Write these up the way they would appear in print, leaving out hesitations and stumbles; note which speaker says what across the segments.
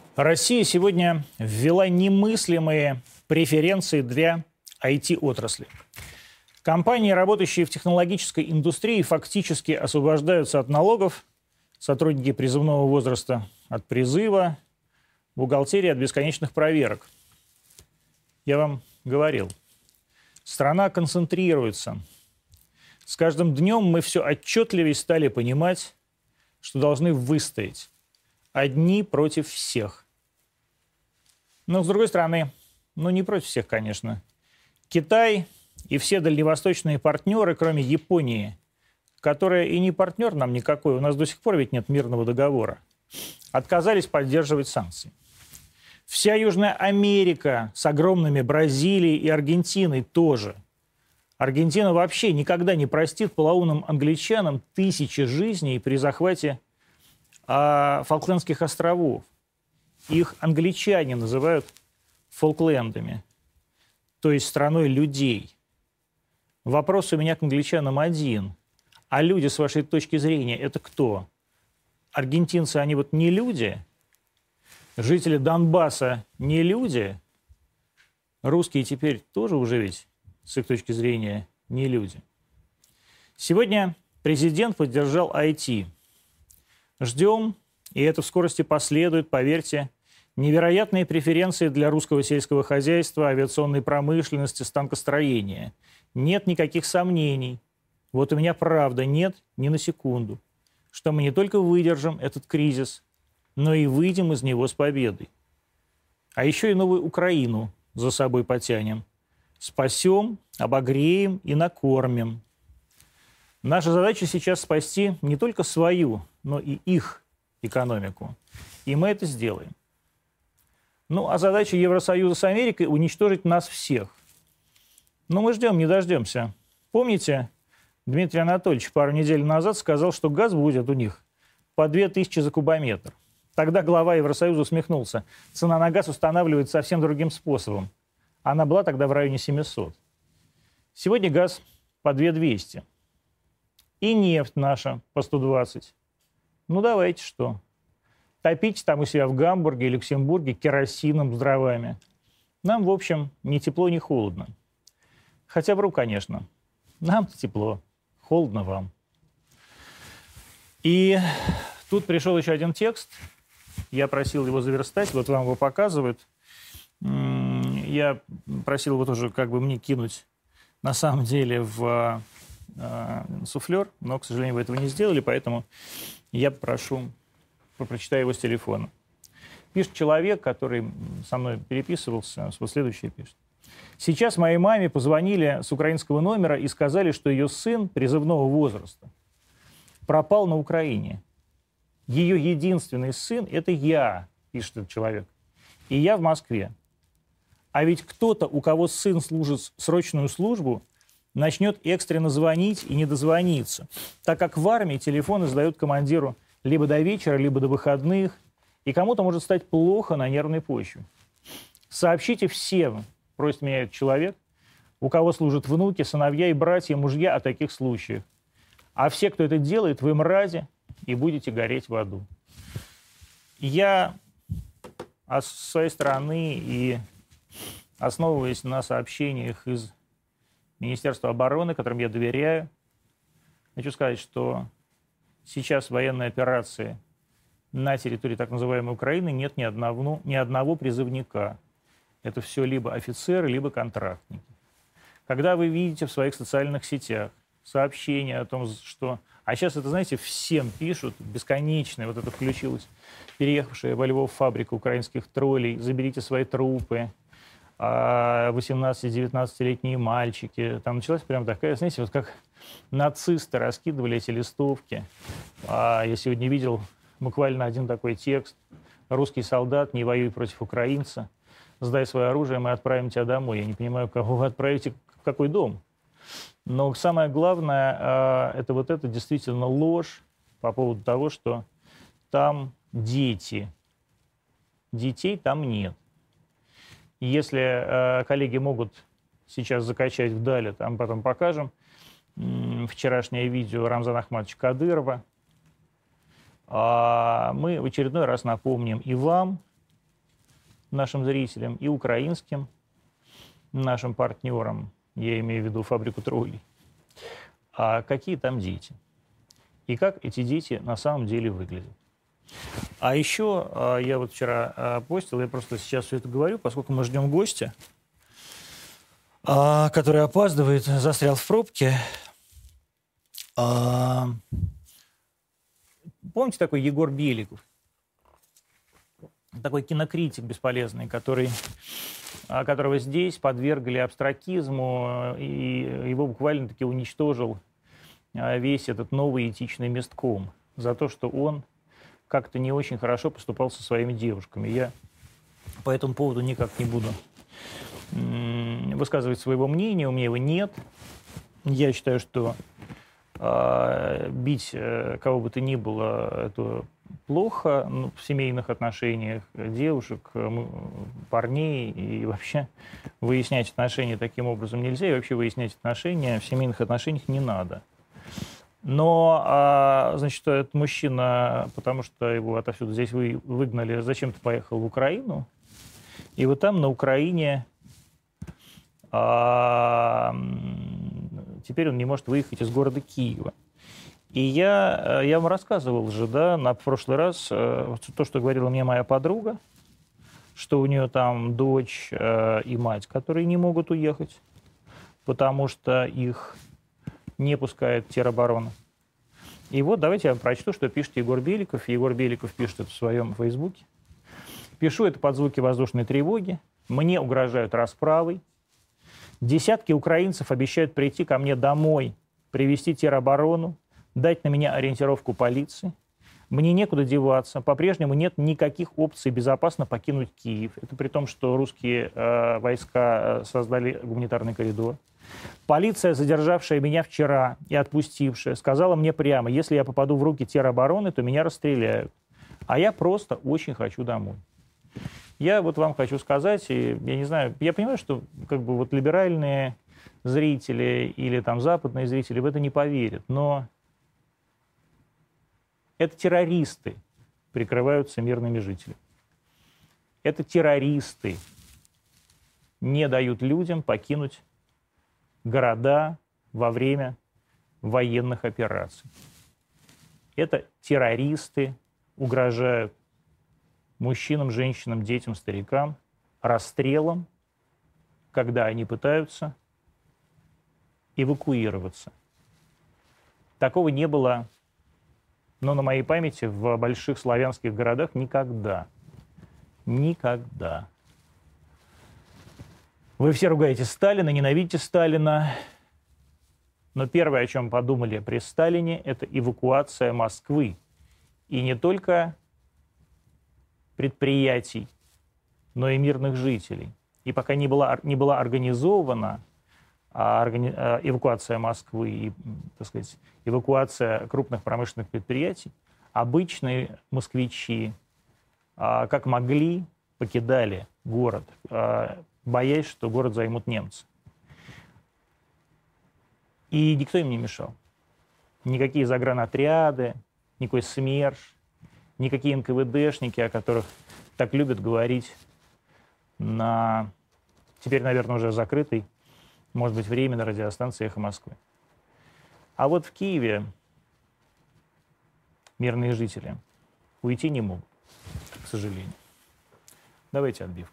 Speaker 1: Россия сегодня ввела немыслимые преференции для IT-отрасли. Компании, работающие в технологической индустрии, фактически освобождаются от налогов, сотрудники призывного возраста от призыва, бухгалтерия от бесконечных проверок. Я вам говорил, страна концентрируется. С каждым днем мы все отчетливее стали понимать, что должны выстоять. Одни против всех. Но, с другой стороны, не против всех, конечно. Китай и все дальневосточные партнеры, кроме Японии, которая и не партнер нам никакой, у нас до сих пор ведь нет мирного договора, отказались поддерживать санкции. Вся Южная Америка с огромными Бразилией и Аргентиной тоже. Аргентина вообще никогда не простит полоумным англичанам тысячи жизней при захвате Фолклендских островов. Их англичане называют Фолклендами, то есть страной людей. Вопрос у меня к англичанам один. А люди, с вашей точки зрения, это кто? Аргентинцы, они вот не люди? Жители Донбасса не люди? Русские теперь тоже уже ведь, с их точки зрения, не люди. Сегодня президент поддержал IT. Ждем, и это в скорости последует, поверьте, невероятные преференции для русского сельского хозяйства, авиационной промышленности, станкостроения. Нет никаких сомнений. Вот у меня правда нет ни на секунду, что мы не только выдержим этот кризис, но и выйдем из него с победой. А еще и новую Украину за собой потянем. Спасем, обогреем и накормим. Наша задача сейчас спасти не только свою, но и их экономику. И мы это сделаем. А задача Евросоюза с Америкой – уничтожить нас всех. Но мы ждем, не дождемся. Помните, Дмитрий Анатольевич пару недель назад сказал, что газ будет у них по 2000 за кубометр. Тогда глава Евросоюза усмехнулся. Цена на газ устанавливается совсем другим способом. Она была тогда в районе 700. Сегодня газ по 2200. И нефть наша по 120. Давайте что? Топите там у себя в Гамбурге и Люксембурге керосином с дровами. Нам, в общем, ни тепло, ни холодно. Хотя вру, конечно. Нам-то тепло, холодно вам. И тут пришел еще один текст. Я просил его заверстать, вот вам его показывают. Я просил его тоже мне кинуть на самом деле в суфлер, но, к сожалению, вы этого не сделали, поэтому я прочитаю его с телефона. Пишет человек, который со мной переписывался, вот следующее пишет. Сейчас моей маме позвонили с украинского номера и сказали, что ее сын призывного возраста пропал на Украине. Ее единственный сын – это я, пишет этот человек, и я в Москве. А ведь кто-то, у кого сын служит срочную службу, начнет экстренно звонить и не дозвониться, так как в армии телефоны сдают командиру либо до вечера, либо до выходных, и кому-то может стать плохо на нервной почве. Сообщите всем, просит меня этот человек, у кого служат внуки, сыновья и братья, мужья о таких случаях. А все, кто это делает, вы мрази и будете гореть в аду. Я с своей стороны и основываясь на сообщениях из Министерства обороны, которым я доверяю, хочу сказать, что сейчас военной операции на территории так называемой Украины нет ни одного призывника. Это все либо офицеры, либо контрактники. Когда вы видите в своих социальных сетях сообщения о том, что... А сейчас это, знаете, всем пишут, бесконечно, вот это включилось, переехавшая во Львов фабрика украинских троллей, заберите свои трупы, 18-19-летние мальчики. Там началась прям такая, знаете, вот как нацисты раскидывали эти листовки. Я сегодня видел буквально один такой текст. «Русский солдат, не воюй против украинца. Сдай свое оружие, мы отправим тебя домой». Я не понимаю, кого вы отправите, в какой дом. Но самое главное, это действительно ложь по поводу того, что там дети. Детей там нет. Если коллеги могут сейчас закачать вдали, там потом покажем, вчерашнее видео Рамзана Ахматовича Кадырова, мы в очередной раз напомним и вам, нашим зрителям, и украинским нашим партнерам, я имею в виду фабрику троллей, а какие там дети. И как эти дети на самом деле выглядят. А еще я вот вчера постил, я просто сейчас все это говорю, поскольку мы ждем гостя, который опаздывает, застрял в пробке. Помните такой Егор Беликов? Такой кинокритик бесполезный, которого здесь подвергли абстракизму, и его буквально-таки уничтожил весь этот новый этичный местком за то, что он как-то не очень хорошо поступал со своими девушками. Я по этому поводу никак не буду высказывать своего мнения, у меня его нет. Я считаю, что бить кого бы то ни было, это плохо в семейных отношениях девушек, парней, и вообще выяснять отношения таким образом нельзя, и вообще выяснять отношения в семейных отношениях не надо. Но, значит, этот мужчина, потому что его отовсюду здесь выгнали, зачем-то поехал в Украину, и вот там на Украине теперь он не может выехать из города Киева. И я вам рассказывал же, да, в прошлый раз, то, что говорила мне моя подруга, что у нее там дочь и мать, которые не могут уехать, потому что их не пускает тероборона. И вот давайте я вам прочту, что пишет Егор Беликов. Егор Беликов пишет это в своем фейсбуке. «Пишу это под звуки воздушной тревоги. Мне угрожают расправой. Десятки украинцев обещают прийти ко мне домой, привести тероборону, дать на меня ориентировку полиции. Мне некуда деваться. По-прежнему нет никаких опций безопасно покинуть Киев». Это при том, что русские войска создали гуманитарный коридор. «Полиция, задержавшая меня вчера и отпустившая, сказала мне прямо, если я попаду в руки теробороны, то меня расстреляют. А я просто очень хочу домой». Я вот вам хочу сказать, и я не знаю, я понимаю, что как бы вот либеральные зрители или там западные зрители в это не поверят, но это террористы прикрываются мирными жителями. Это террористы не дают людям покинуть города во время военных операций. Это террористы угрожают мужчинам, женщинам, детям, старикам расстрелом, когда они пытаются эвакуироваться. Такого не было, но на моей памяти, в больших славянских городах никогда. Никогда. Вы все ругаете Сталина, ненавидите Сталина, но первое, о чем подумали при Сталине, это эвакуация Москвы. И не только предприятий, но и мирных жителей. И пока не была организована эвакуация Москвы и, так сказать, эвакуация крупных промышленных предприятий, обычные москвичи, как могли, покидали город, боясь, что город займут немцы. И никто им не мешал. Никакие загранотряды, никакой СМЕРШ, никакие НКВДшники, о которых так любят говорить на теперь, наверное, уже закрытой, может быть, временно радиостанции «Эхо Москвы». А вот в Киеве мирные жители уйти не могут, к сожалению. Давайте отбивку.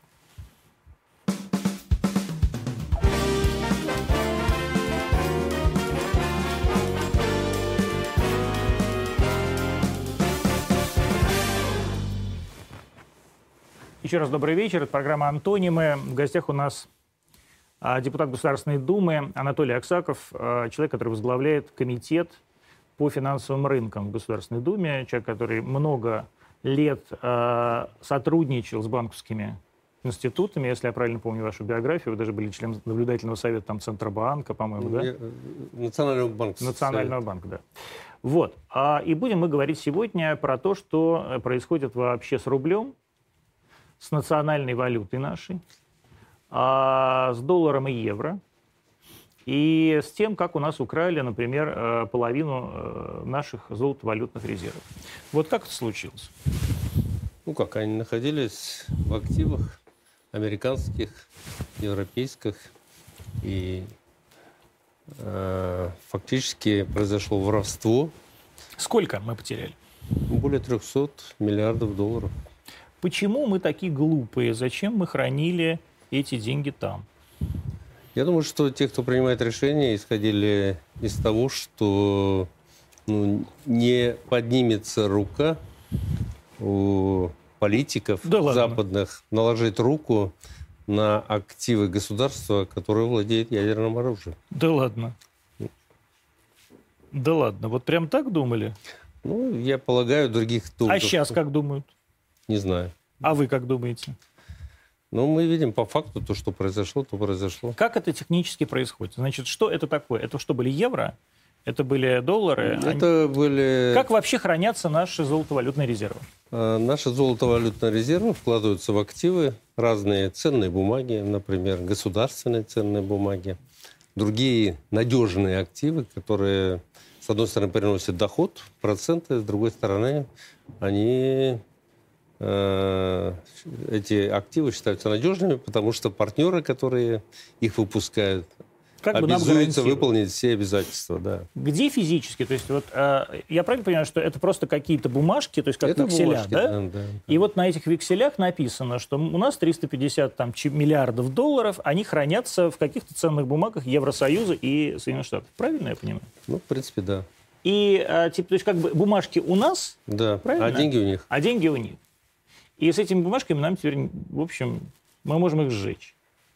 Speaker 1: Еще раз добрый вечер. Это программа «Антонимы». В гостях у нас депутат Государственной Думы Анатолий Аксаков, человек, который возглавляет комитет по финансовым рынкам в Государственной Думе, человек, который много лет сотрудничал с банковскими институтами. Если я правильно помню вашу биографию, вы даже были членом наблюдательного совета там, Центробанка, по-моему, да?
Speaker 2: Национального банка.
Speaker 1: Национального банка, да. Вот. И будем мы говорить сегодня про то, что происходит вообще с рублем, с национальной валютой нашей, с долларом и евро, и с тем, как у нас украли, например, половину наших золотовалютных резервов. Вот как это случилось?
Speaker 2: Ну как, они находились в активах американских, европейских. И фактически произошло воровство.
Speaker 1: Сколько мы потеряли?
Speaker 2: Более 300 миллиардов долларов.
Speaker 1: Почему мы такие глупые? Зачем мы хранили эти деньги там?
Speaker 2: Я думаю, что те, кто принимает решения, исходили из того, что не поднимется рука у политиков западных наложить руку на активы государства, которое владеет ядерным оружием.
Speaker 1: Да ладно. Да ладно. Вот прям так думали?
Speaker 2: Ну, я полагаю, других доводов...
Speaker 1: А сейчас как думают?
Speaker 2: Не знаю.
Speaker 1: А вы как думаете?
Speaker 2: Ну, мы видим по факту то, что произошло, то произошло.
Speaker 1: Как это технически происходит? Значит, что это такое? Это что, были евро? Это были доллары?
Speaker 2: Это были...
Speaker 1: Как вообще хранятся наши золотовалютные резервы?
Speaker 2: Наши золотовалютные резервы вкладываются в активы, разные ценные бумаги, например, государственные ценные бумаги, другие надежные активы, которые, с одной стороны, приносят доход, проценты, с другой стороны, они... эти активы считаются надежными, потому что партнеры, которые их выпускают, обязуются выполнить все обязательства. Да.
Speaker 1: Где физически? То есть, вот, я правильно понимаю, что это просто какие-то бумажки, то есть как векселя,
Speaker 2: бумажки,
Speaker 1: да?
Speaker 2: Да?
Speaker 1: И вот на этих векселях написано, что у нас 350 миллиардов долларов, они хранятся в каких-то ценных бумагах Евросоюза и Соединенных Штатов. Правильно я понимаю?
Speaker 2: Ну, в принципе, да.
Speaker 1: И, то есть, как бы бумажки у нас,
Speaker 2: да,
Speaker 1: правильно?
Speaker 2: А деньги у них.
Speaker 1: А деньги у них. И с этими бумажками нам теперь, в общем, мы можем их сжечь.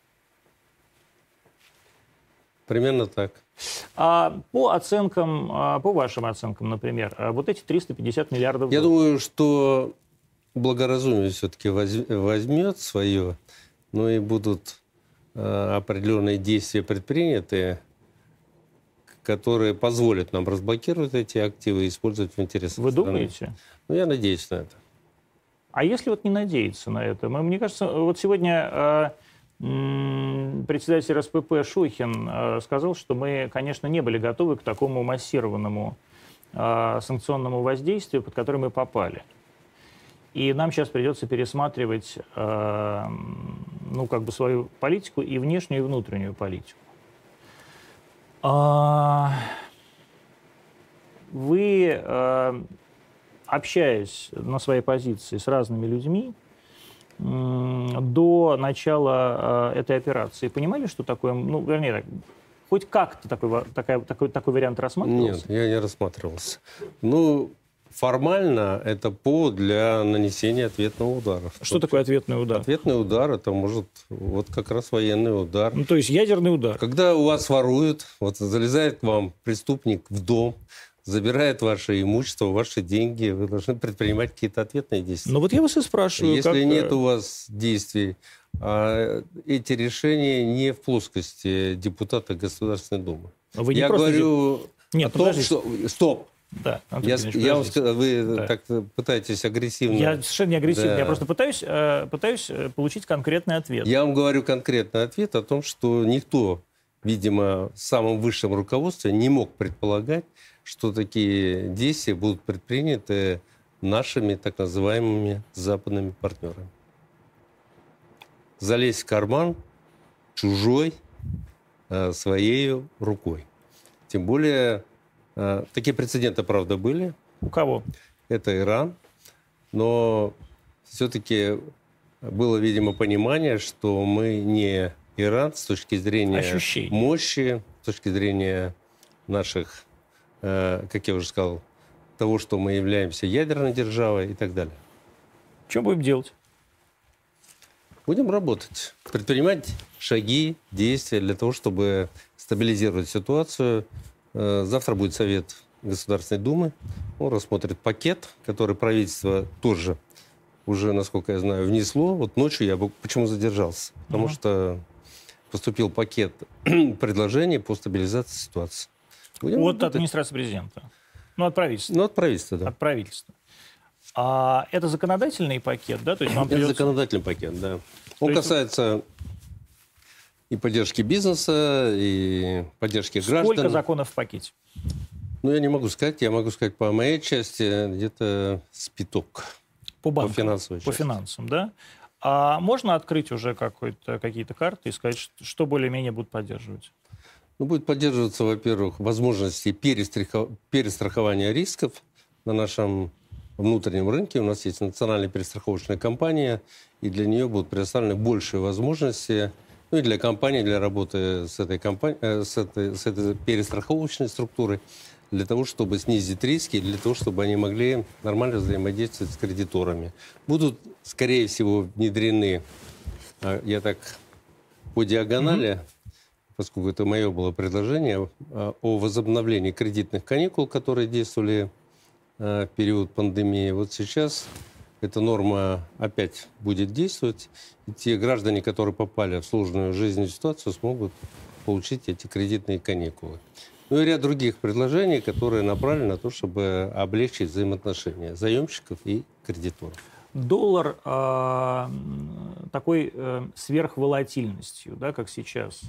Speaker 2: Примерно так.
Speaker 1: По оценкам, по вашим оценкам, например, вот эти 350 миллиардов...
Speaker 2: Я думаю, что благоразумие все-таки возьмет свое, но и будут определенные действия предприняты, которые позволят нам разблокировать эти активы и использовать в интересах
Speaker 1: Вы
Speaker 2: страны.
Speaker 1: думаете?
Speaker 2: Ну, я надеюсь на это.
Speaker 1: А если вот не надеяться на это? Мне кажется, вот сегодня председатель РСПП Шухин сказал, что мы, конечно, не были готовы к такому массированному санкционному воздействию, под которое мы попали. И нам сейчас придется пересматривать свою политику, и внешнюю, и внутреннюю политику. Вы, общаясь на своей позиции с разными людьми, до начала этой операции понимали, что такое, хоть как-то такой вариант рассматривался?
Speaker 2: Нет, я не рассматривался. Формально это повод для нанесения ответного удара.
Speaker 1: Что такое ответный удар?
Speaker 2: Ответный удар — это может как раз военный удар.
Speaker 1: То есть ядерный удар.
Speaker 2: Когда у вас воруют, залезает к вам преступник в дом, забирает ваше имущество, ваши деньги, вы должны предпринимать какие-то ответные действия.
Speaker 1: Вот я вас и спрашиваю.
Speaker 2: Если нет у вас действий, эти решения не в плоскости депутата Государственной Думы.
Speaker 1: Я
Speaker 2: говорю о том, что... Стоп!
Speaker 1: Да,
Speaker 2: вы как-то пытаетесь агрессивно...
Speaker 1: Я совершенно не агрессивно, я просто пытаюсь получить конкретный ответ.
Speaker 2: Я вам говорю конкретный ответ о том, что никто, видимо, в самом высшем руководстве не мог предполагать, что такие действия будут предприняты нашими так называемыми западными партнерами. Залезть в карман чужой своей рукой. Тем более, такие прецеденты, правда, были.
Speaker 1: У кого?
Speaker 2: Это Иран. Но все-таки было, видимо, понимание, что мы не Иран с точки зрения мощи, с точки зрения наших, как я уже сказал, того, что мы являемся ядерной державой и так далее.
Speaker 1: Что будем делать?
Speaker 2: Будем работать, предпринимать шаги, действия для того, чтобы стабилизировать ситуацию. Завтра будет Совет Государственной Думы. Он рассмотрит пакет, который правительство тоже уже, насколько я знаю, внесло. Вот ночью я почему задержался? Потому что поступил пакет предложений по стабилизации ситуации.
Speaker 1: От администрации президента? От правительства?
Speaker 2: От правительства, да.
Speaker 1: От правительства. А это законодательный пакет, да? То есть
Speaker 2: это законодательный пакет, да. Он касается и поддержки бизнеса, и поддержки граждан.
Speaker 1: Сколько законов в пакете?
Speaker 2: Я не могу сказать. Я могу сказать по моей части где-то с пяток.
Speaker 1: По банкам,
Speaker 2: финансовой части.
Speaker 1: По финансам, да? А можно открыть уже какие-то карты и сказать, что более-менее будут поддерживать?
Speaker 2: Ну, будет поддерживаться, во-первых, возможности перестрахования рисков на нашем внутреннем рынке. У нас есть национальная перестраховочная компания, и для нее будут предоставлены большие возможности, ну и для компании, для работы с этой перестраховочной структурой, для того, чтобы снизить риски, для того, чтобы они могли нормально взаимодействовать с кредиторами. Будут, скорее всего, внедрены, я так по диагонали, поскольку это мое было предложение, о возобновлении кредитных каникул, которые действовали в период пандемии. Вот сейчас эта норма опять будет действовать, и те граждане, которые попали в сложную жизненную ситуацию, смогут получить эти кредитные каникулы. Ну и ряд других предложений, которые направлены на то, чтобы облегчить взаимоотношения заемщиков и кредиторов.
Speaker 1: Доллар такой сверхволатильностью, да, как сейчас,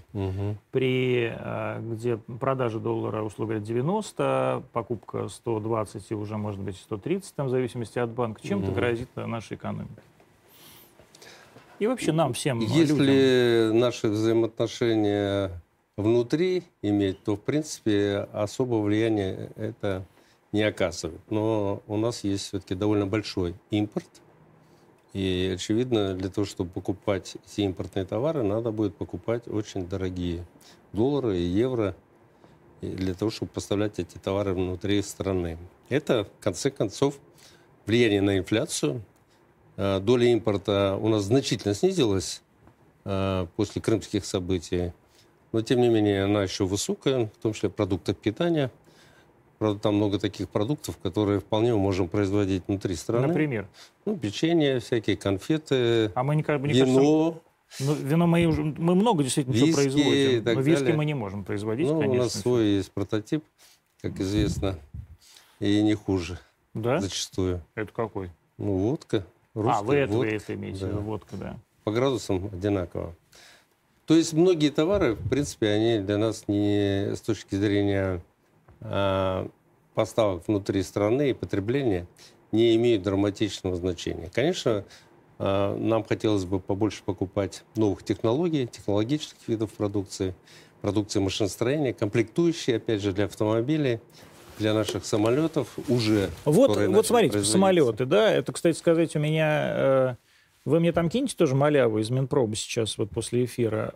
Speaker 1: где продажа доллара, условно говоря, 90, покупка 120 и уже, может быть, 130, там, в зависимости от банка, чем-то грозит нашей экономике. И вообще нам всем,
Speaker 2: если наши взаимоотношения внутри иметь, то, в принципе, особого влияния это не оказывает. Но у нас есть все-таки довольно большой импорт. И, очевидно, для того, чтобы покупать эти импортные товары, надо будет покупать очень дорогие доллары и евро для того, чтобы поставлять эти товары внутри страны. Это, в конце концов, влияние на инфляцию. Доля импорта у нас значительно снизилась после крымских событий. Но, тем не менее, она еще высокая, в том числе продуктов питания. Правда, там много таких продуктов, которые вполне мы можем производить внутри страны.
Speaker 1: Например?
Speaker 2: Ну, печенье, всякие конфеты,
Speaker 1: вино.
Speaker 2: Мне
Speaker 1: кажется, вино мы много действительно
Speaker 2: виски,
Speaker 1: чего производим. Но виски
Speaker 2: далее.
Speaker 1: Мы не можем производить,
Speaker 2: конечно.
Speaker 1: конечно.
Speaker 2: У нас свой есть прототип, как известно, и не хуже.
Speaker 1: Да?
Speaker 2: Зачастую.
Speaker 1: Это какой?
Speaker 2: Ну, водка. Русская
Speaker 1: вы
Speaker 2: водка.
Speaker 1: это имеете в виду, водка, да.
Speaker 2: По градусам одинаково. То есть многие товары, в принципе, они для нас не с точки зрения поставок внутри страны и потребления не имеют драматичного значения. Конечно, нам хотелось бы побольше покупать новых технологий, технологических видов продукции машиностроения, комплектующие, опять же, для автомобилей, для наших самолетов уже.
Speaker 1: Вот смотрите, самолеты, да, это, кстати сказать, у меня... Вы мне там кинете тоже маляву из Минпроба сейчас, вот после эфира.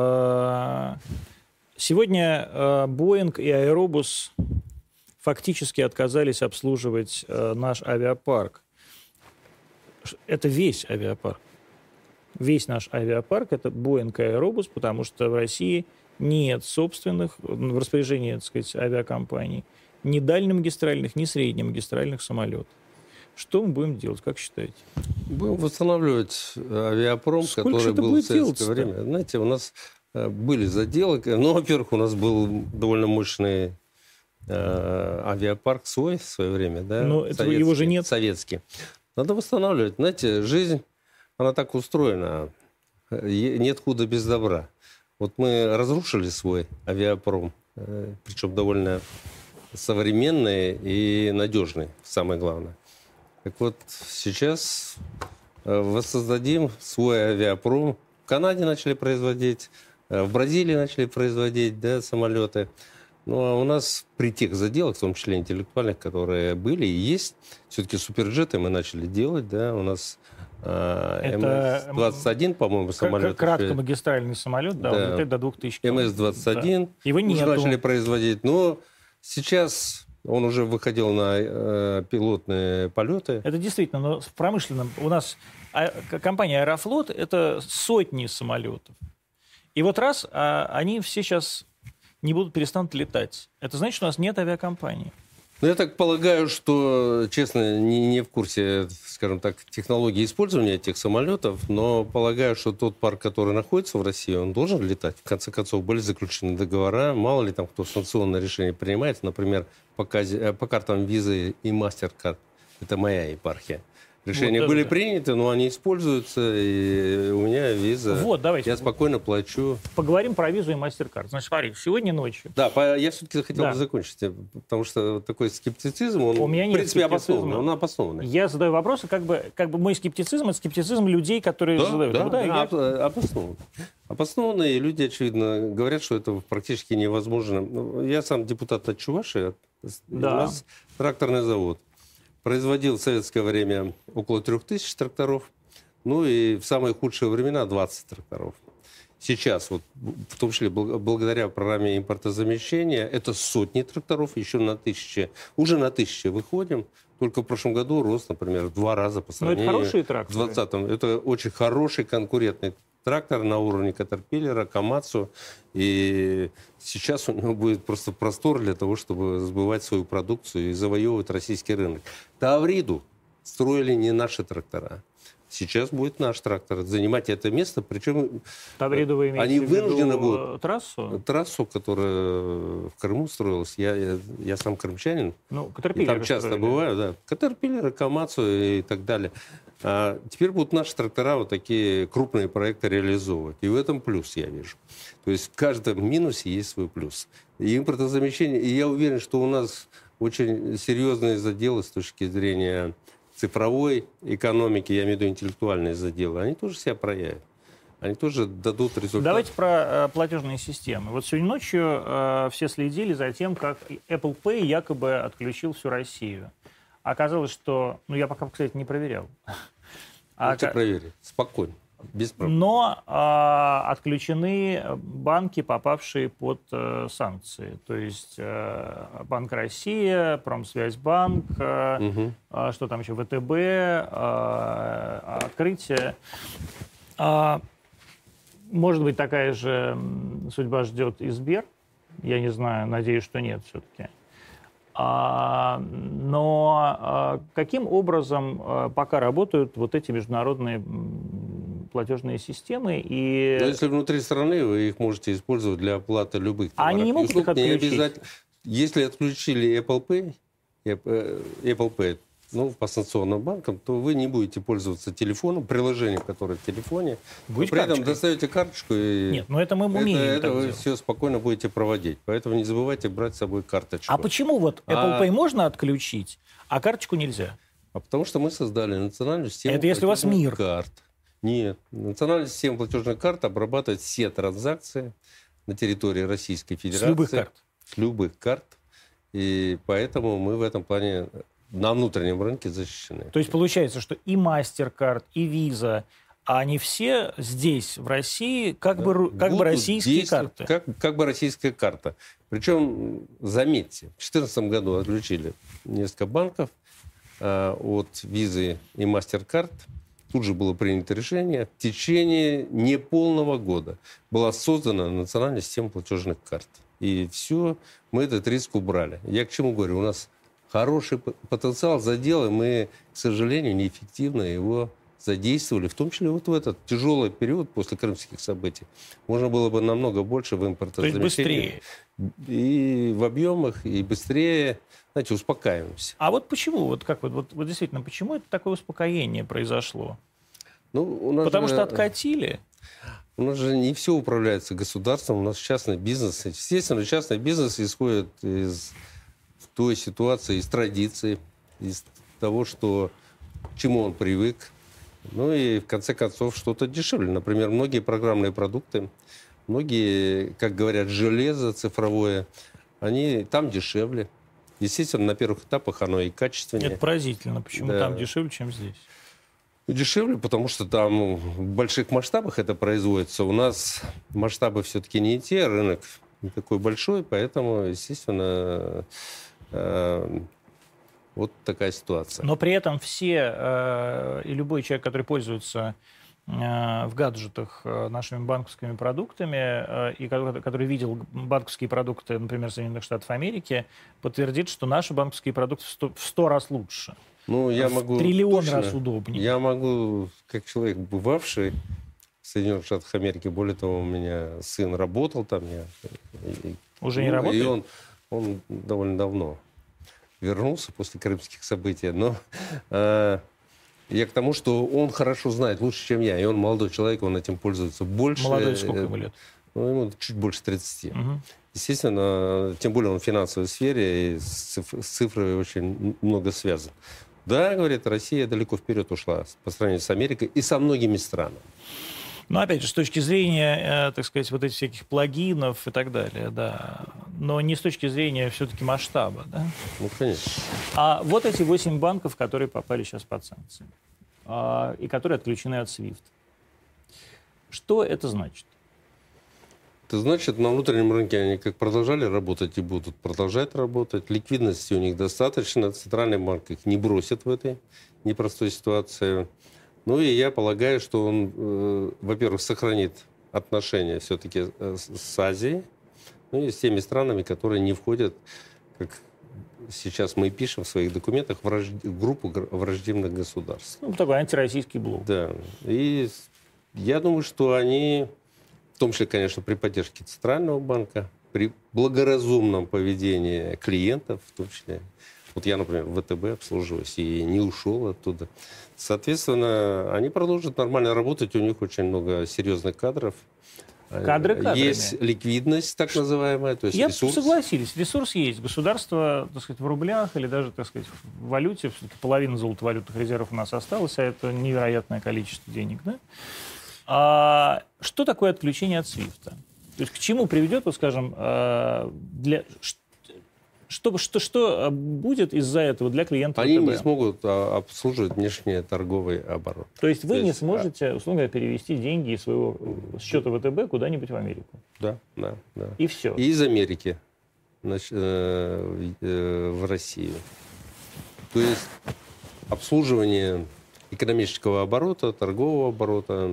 Speaker 1: Сегодня Boeing и Airbus фактически отказались обслуживать наш авиапарк. Это весь авиапарк. Весь наш авиапарк — это Boeing и Airbus, потому что в России нет собственных, в распоряжении, так сказать, авиакомпаний, ни дальнемагистральных, ни среднемагистральных самолетов. Что мы будем делать, как считаете?
Speaker 2: Будем восстанавливать авиапром, который был в советское время. Знаете, у нас были заделы. Ну, во-первых, у нас был довольно мощный авиапарк свой в свое время. Да?
Speaker 1: Но его же нет.
Speaker 2: Советский. Надо восстанавливать. Знаете, жизнь, она так устроена. Нет худа без добра. Вот мы разрушили свой авиапром, причем довольно современный и надежный, самое главное. Так вот, сейчас воссоздадим свой авиапром. В Канаде начали производить, в Бразилии начали производить, да, самолеты. Ну, а у нас при тех заделах, в том числе интеллектуальных, которые были и есть, все-таки суперджеты мы начали делать, да, у нас МС-21, по-моему, самолет.
Speaker 1: Краткомагистральный самолет, да, он летает до 2000 километров.
Speaker 2: МС-21
Speaker 1: да. Его
Speaker 2: уже начали производить, но сейчас... Он уже выходил на пилотные полеты.
Speaker 1: Это действительно, но в промышленном... У нас компания «Аэрофлот» — это сотни самолетов. И вот раз они все сейчас не перестанут летать. Это значит, что у нас нет авиакомпании.
Speaker 2: Ну, я так полагаю, что, честно, не в курсе, скажем так, технологии использования этих самолетов, но полагаю, что тот парк, который находится в России, он должен летать. В конце концов, были заключены договора. Мало ли там кто санкционное решение принимает. Например, по картам Visa и MasterCard. Это моя епархия. Решения были приняты, но они используются, и у меня виза.
Speaker 1: Вот, давайте.
Speaker 2: Я спокойно плачу.
Speaker 1: Поговорим про визу и MasterCard. Значит, смотри, сегодня ночью...
Speaker 2: Да, я все-таки хотел бы закончить, потому что такой скептицизм, он,
Speaker 1: у меня нет,
Speaker 2: в принципе, обоснованный. Он обоснованный.
Speaker 1: Я задаю вопросы, как бы мой скептицизм — это скептицизм людей, которые задают.
Speaker 2: Обоснованный. Обоснованные люди, очевидно, говорят, что это практически невозможно. Я сам депутат от Чувашии, у нас тракторный завод. Производил в советское время около 3000 тракторов, ну и в самые худшие времена 20 тракторов. Сейчас, вот, в том числе благодаря программе импортозамещения, это сотни тракторов, еще уже на 1000 выходим. Только в прошлом году рост, например, в 2 раза по сравнению
Speaker 1: это хорошие тракторы.
Speaker 2: с 2020. Это очень хороший конкурентный трактор на уровне Caterpillar, Komatsu. И сейчас у него будет просто простор для того, чтобы сбывать свою продукцию и завоевывать российский рынок. Тавриду строили не наши трактора. Сейчас будет наш трактор занимать это место, причем
Speaker 1: Тавриду вы имеете
Speaker 2: они
Speaker 1: в виду
Speaker 2: вынуждены будут
Speaker 1: трассу?
Speaker 2: Трассу, которая в Крыму строилась. Я сам крымчанин.
Speaker 1: И
Speaker 2: там часто бываю, да. Caterpillar, Komatsu и так далее. А теперь будут наши трактора вот такие крупные проекты реализовывать. И в этом плюс я вижу. То есть в каждом минусе есть свой плюс. И импортозамещение, и я уверен, что у нас очень серьезные заделы с точки зрения цифровой экономики, я имею в виду интеллектуальные заделы, они тоже себя проявят. Они тоже дадут результат.
Speaker 1: Давайте про платежные системы. Вот сегодня ночью все следили за тем, как Apple Pay якобы отключил всю Россию. Оказалось, что... я пока, кстати, не проверял.
Speaker 2: Проверить. Спокойно. Без проблем.
Speaker 1: Но отключены банки, попавшие под санкции. То есть Банк Россия, Промсвязьбанк, что там еще, ВТБ, Открытие. Может быть, такая же судьба ждет и Сбер. Я не знаю, надеюсь, что нет все-таки. Но каким образом пока работают вот эти международные платежные системы?
Speaker 2: Но если внутри страны, вы их можете использовать для оплаты любых товаров.
Speaker 1: Они не могут их отключить?
Speaker 2: Если отключили Apple Pay, по санкционным банкам, то вы не будете пользоваться телефоном, приложением, которое в телефоне. Вы при этом достаете карточку.
Speaker 1: Нет, это мы умеем.
Speaker 2: Это вы все спокойно будете проводить. Поэтому не забывайте брать с собой карточку.
Speaker 1: А почему вот Apple Pay можно отключить, а карточку нельзя?
Speaker 2: Потому что мы создали национальную систему
Speaker 1: это если у вас МИР.
Speaker 2: Карт. Нет. Национальная система платежных карт обрабатывает все транзакции на территории Российской Федерации.
Speaker 1: С любых карт.
Speaker 2: С любых карт. И поэтому мы в этом плане на внутреннем рынке защищены.
Speaker 1: То есть получается, что и MasterCard, и Visa, они все здесь, в России, как бы российские карты.
Speaker 2: Как бы российская карта. Причем, заметьте, в 2014 году отключили несколько банков от Visa и MasterCard. Тут же было принято решение. В течение неполного года была создана национальная система платежных карт. И все, мы этот риск убрали. Я к чему говорю? У нас хороший потенциал задела, мы, к сожалению, неэффективно его задействовали, в том числе вот в этот тяжелый период после крымских событий. Можно было бы намного больше в импортозамещении.
Speaker 1: То есть быстрее.
Speaker 2: И в объемах, и быстрее. Знаете, успокаиваемся.
Speaker 1: А вот почему? Вот действительно, почему это такое успокоение произошло? Потому что откатили?
Speaker 2: У нас же не все управляется государством, у нас частный бизнес. Естественно, частный бизнес исходит из той ситуации, из традиций, из того, к чему он привык. И, в конце концов, что-то дешевле. Например, многие программные продукты, многие, как говорят, железо цифровое, они там дешевле. Естественно, на первых этапах оно и качественнее.
Speaker 1: Это поразительно. Почему там дешевле, чем здесь?
Speaker 2: Дешевле, потому что там в больших масштабах это производится. У нас масштабы все-таки не те, рынок не такой большой, поэтому, естественно, вот такая ситуация.
Speaker 1: Но при этом все и любой человек, который пользуется в гаджетах нашими банковскими продуктами и который видел банковские продукты, например, Соединенных Штатов Америки, подтвердит, что наши банковские продукты в 100 раз лучше.
Speaker 2: Я могу
Speaker 1: триллион раз удобнее.
Speaker 2: Я могу, как человек, бывавший в Соединенных Штатах Америки, более того, у меня сын работал там.
Speaker 1: Уже не работает?
Speaker 2: И он довольно давно вернулся после крымских событий. Но Я к тому, что он хорошо знает, лучше, чем я. И он молодой человек, он этим пользуется больше.
Speaker 1: Молодой, сколько ему лет?
Speaker 2: Ну, ему чуть больше 30.
Speaker 1: Угу.
Speaker 2: Естественно, тем более он в финансовой сфере, и с цифрой очень много связан. Да, говорит, Россия далеко вперед ушла по сравнению с Америкой и со многими странами.
Speaker 1: Но опять же, с точки зрения, так сказать, вот этих всяких плагинов и так далее, да. Но не с точки зрения все-таки масштаба, да?
Speaker 2: Ну, конечно.
Speaker 1: А вот эти 8 банков, которые попали сейчас под санкции, и которые отключены от SWIFT. Что это значит?
Speaker 2: Это значит, на внутреннем рынке они как продолжали работать и будут продолжать работать. Ликвидности у них достаточно. Центральный банк их не бросит в этой непростой ситуации. Ну и я полагаю, что он, во-первых, сохранит отношения все-таки с Азией, ну и с теми странами, которые не входят, как сейчас мы пишем в своих документах, в группу враждебных государств.
Speaker 1: Ну, такой антироссийский блок.
Speaker 2: Да. И я думаю, что они, в том числе, конечно, при поддержке Центрального банка, при благоразумном поведении клиентов, в том числе, вот я, например, в ВТБ обслуживаюсь и не ушел оттуда. Соответственно, они продолжат нормально работать, у них очень много серьезных кадров.
Speaker 1: Кадры кадрами.
Speaker 2: Есть ликвидность, так называемая, то есть
Speaker 1: Я
Speaker 2: ресурс.
Speaker 1: согласились, ресурс есть. Государство, так сказать, в рублях или даже, так сказать, в валюте, все-таки половина золотовалютных резервов у нас осталась, а это невероятное количество денег, да? А что такое отключение от SWIFT? То есть к чему приведет, вот, скажем, что будет из-за этого для клиентов
Speaker 2: Они
Speaker 1: ВТБ?
Speaker 2: не смогут обслуживать внешний торговый оборот.
Speaker 1: То есть вы не сможете, условно говоря, перевести деньги из своего счета ВТБ куда-нибудь в Америку?
Speaker 2: Да.
Speaker 1: И все?
Speaker 2: И из Америки в Россию. То есть обслуживание экономического оборота, торгового оборота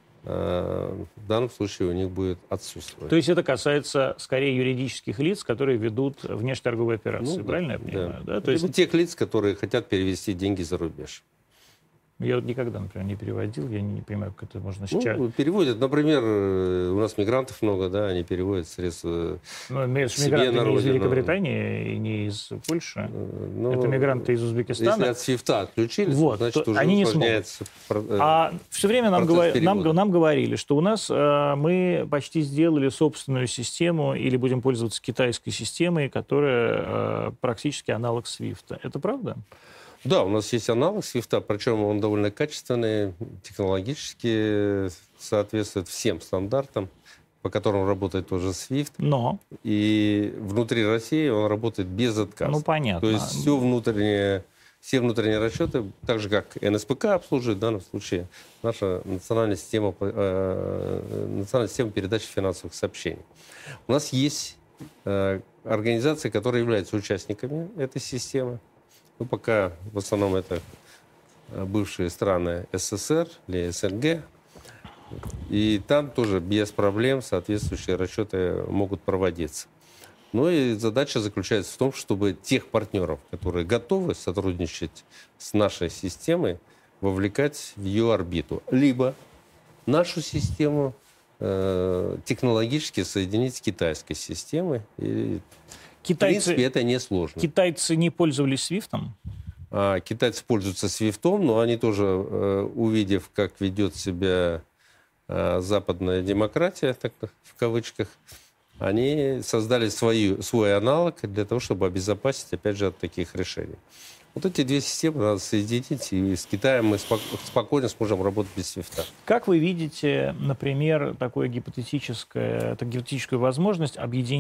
Speaker 2: в данном случае у них будет отсутствовать.
Speaker 1: То есть это касается скорее юридических лиц, которые ведут внешнеторговые операции, правильно я понимаю? Да. То есть
Speaker 2: тех лиц, которые хотят перевести деньги за рубеж.
Speaker 1: Я вот никогда, например, не переводил, я не понимаю, как это можно сейчас...
Speaker 2: Ну, переводят, например, у нас мигрантов много, да, они переводят средства себе на родину.
Speaker 1: Не из Великобритании и не из Польши, это мигранты из Узбекистана.
Speaker 2: Если от SWIFT отключились,
Speaker 1: вот,
Speaker 2: значит, уже
Speaker 1: они не
Speaker 2: усложняется
Speaker 1: А все время нам говорили, что у нас мы почти сделали собственную систему или будем пользоваться китайской системой, которая практически аналог SWIFT. Это правда?
Speaker 2: Да, у нас есть аналог SWIFT, причем он довольно качественный, технологически соответствует всем стандартам, по которым работает тоже SWIFT.
Speaker 1: Но?
Speaker 2: И внутри России он работает без отказа.
Speaker 1: Ну, понятно.
Speaker 2: То есть все внутренние расчеты, так же как НСПК обслуживает в данном случае наша национальная система передачи финансовых сообщений. У нас есть организации, которые являются участниками этой системы. Ну, пока в основном это бывшие страны СССР или СНГ. И там тоже без проблем соответствующие расчеты могут проводиться. Ну и задача заключается в том, чтобы тех партнеров, которые готовы сотрудничать с нашей системой, вовлекать в ее орбиту. Либо нашу систему технологически соединить с китайской системой. И в принципе, это несложно.
Speaker 1: Китайцы не пользовались свифтом?
Speaker 2: Китайцы пользуются свифтом, но они тоже, увидев, как ведет себя западная демократия, так в кавычках, они создали свой аналог для того, чтобы обезопасить, опять же, от таких решений. Вот эти две системы надо соединить, и с Китаем мы спокойно сможем работать без свифта.
Speaker 1: Как вы видите, например, такую гипотетическую возможность